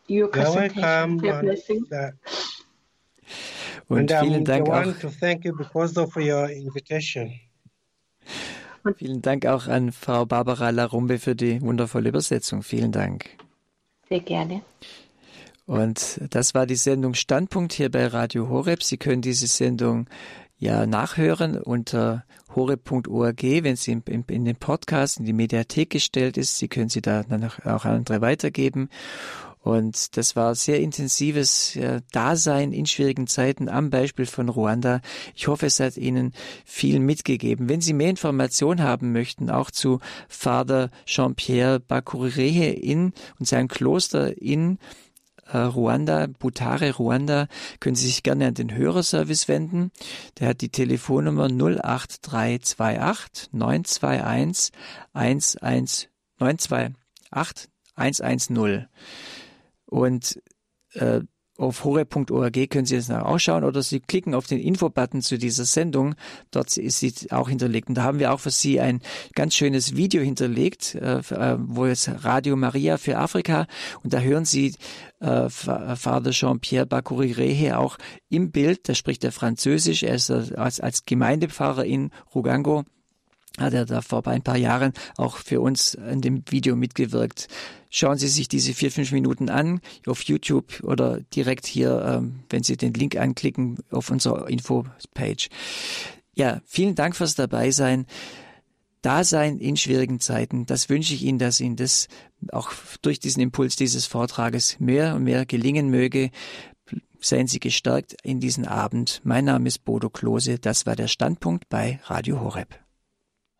your You're presentation. welcome. Your blessing. And, uh, Und and vielen I'm Dank the auch. one to thank you because of your invitation. Vielen Dank auch an Frau Barbara Larumbe für die wundervolle Übersetzung. Vielen Dank. Sehr gerne. Und das war die Sendung Standpunkt hier bei Radio Horeb. Sie können diese Sendung ja nachhören unter horeb punkt org, wenn sie in, in, in den Podcast, in die Mediathek gestellt ist. Sie können sie da dann auch an andere weitergeben. Und das war sehr intensives ja, Dasein in schwierigen Zeiten am Beispiel von Ruanda. Ich hoffe, es hat Ihnen viel mitgegeben. Wenn Sie mehr Informationen haben möchten, auch zu Vater Jean-Pierre Bakurirehe in und seinem Kloster in Ruanda, Butare, Ruanda, können Sie sich gerne an den Hörerservice wenden. Der hat die Telefonnummer null acht drei zwei acht neun zwei eins eins eins neun zwei acht eins eins null. Und äh, auf horeb punkt org können Sie das auch schauen oder Sie klicken auf den Infobutton zu dieser Sendung. Dort ist sie auch hinterlegt. Und da haben wir auch für Sie ein ganz schönes Video hinterlegt, äh, wo es Radio Maria für Afrika. Und da hören Sie äh, Vater Jean-Pierre Bakurirehe auch im Bild. Da spricht er Französisch. Er ist als, als Gemeindepfarrer in Rugango. Hat er da vor ein paar Jahren auch für uns in dem Video mitgewirkt. Schauen Sie sich diese vier, fünf Minuten an auf YouTube oder direkt hier, ähm, wenn Sie den Link anklicken, auf unserer Info-Page. Ja, vielen Dank fürs Dabeisein. Dasein in schwierigen Zeiten, das wünsche ich Ihnen, dass Ihnen das auch durch diesen Impuls dieses Vortrages mehr und mehr gelingen möge. Seien Sie gestärkt in diesen Abend. Mein Name ist Bodo Klose. Das war der Standpunkt bei Radio Horeb.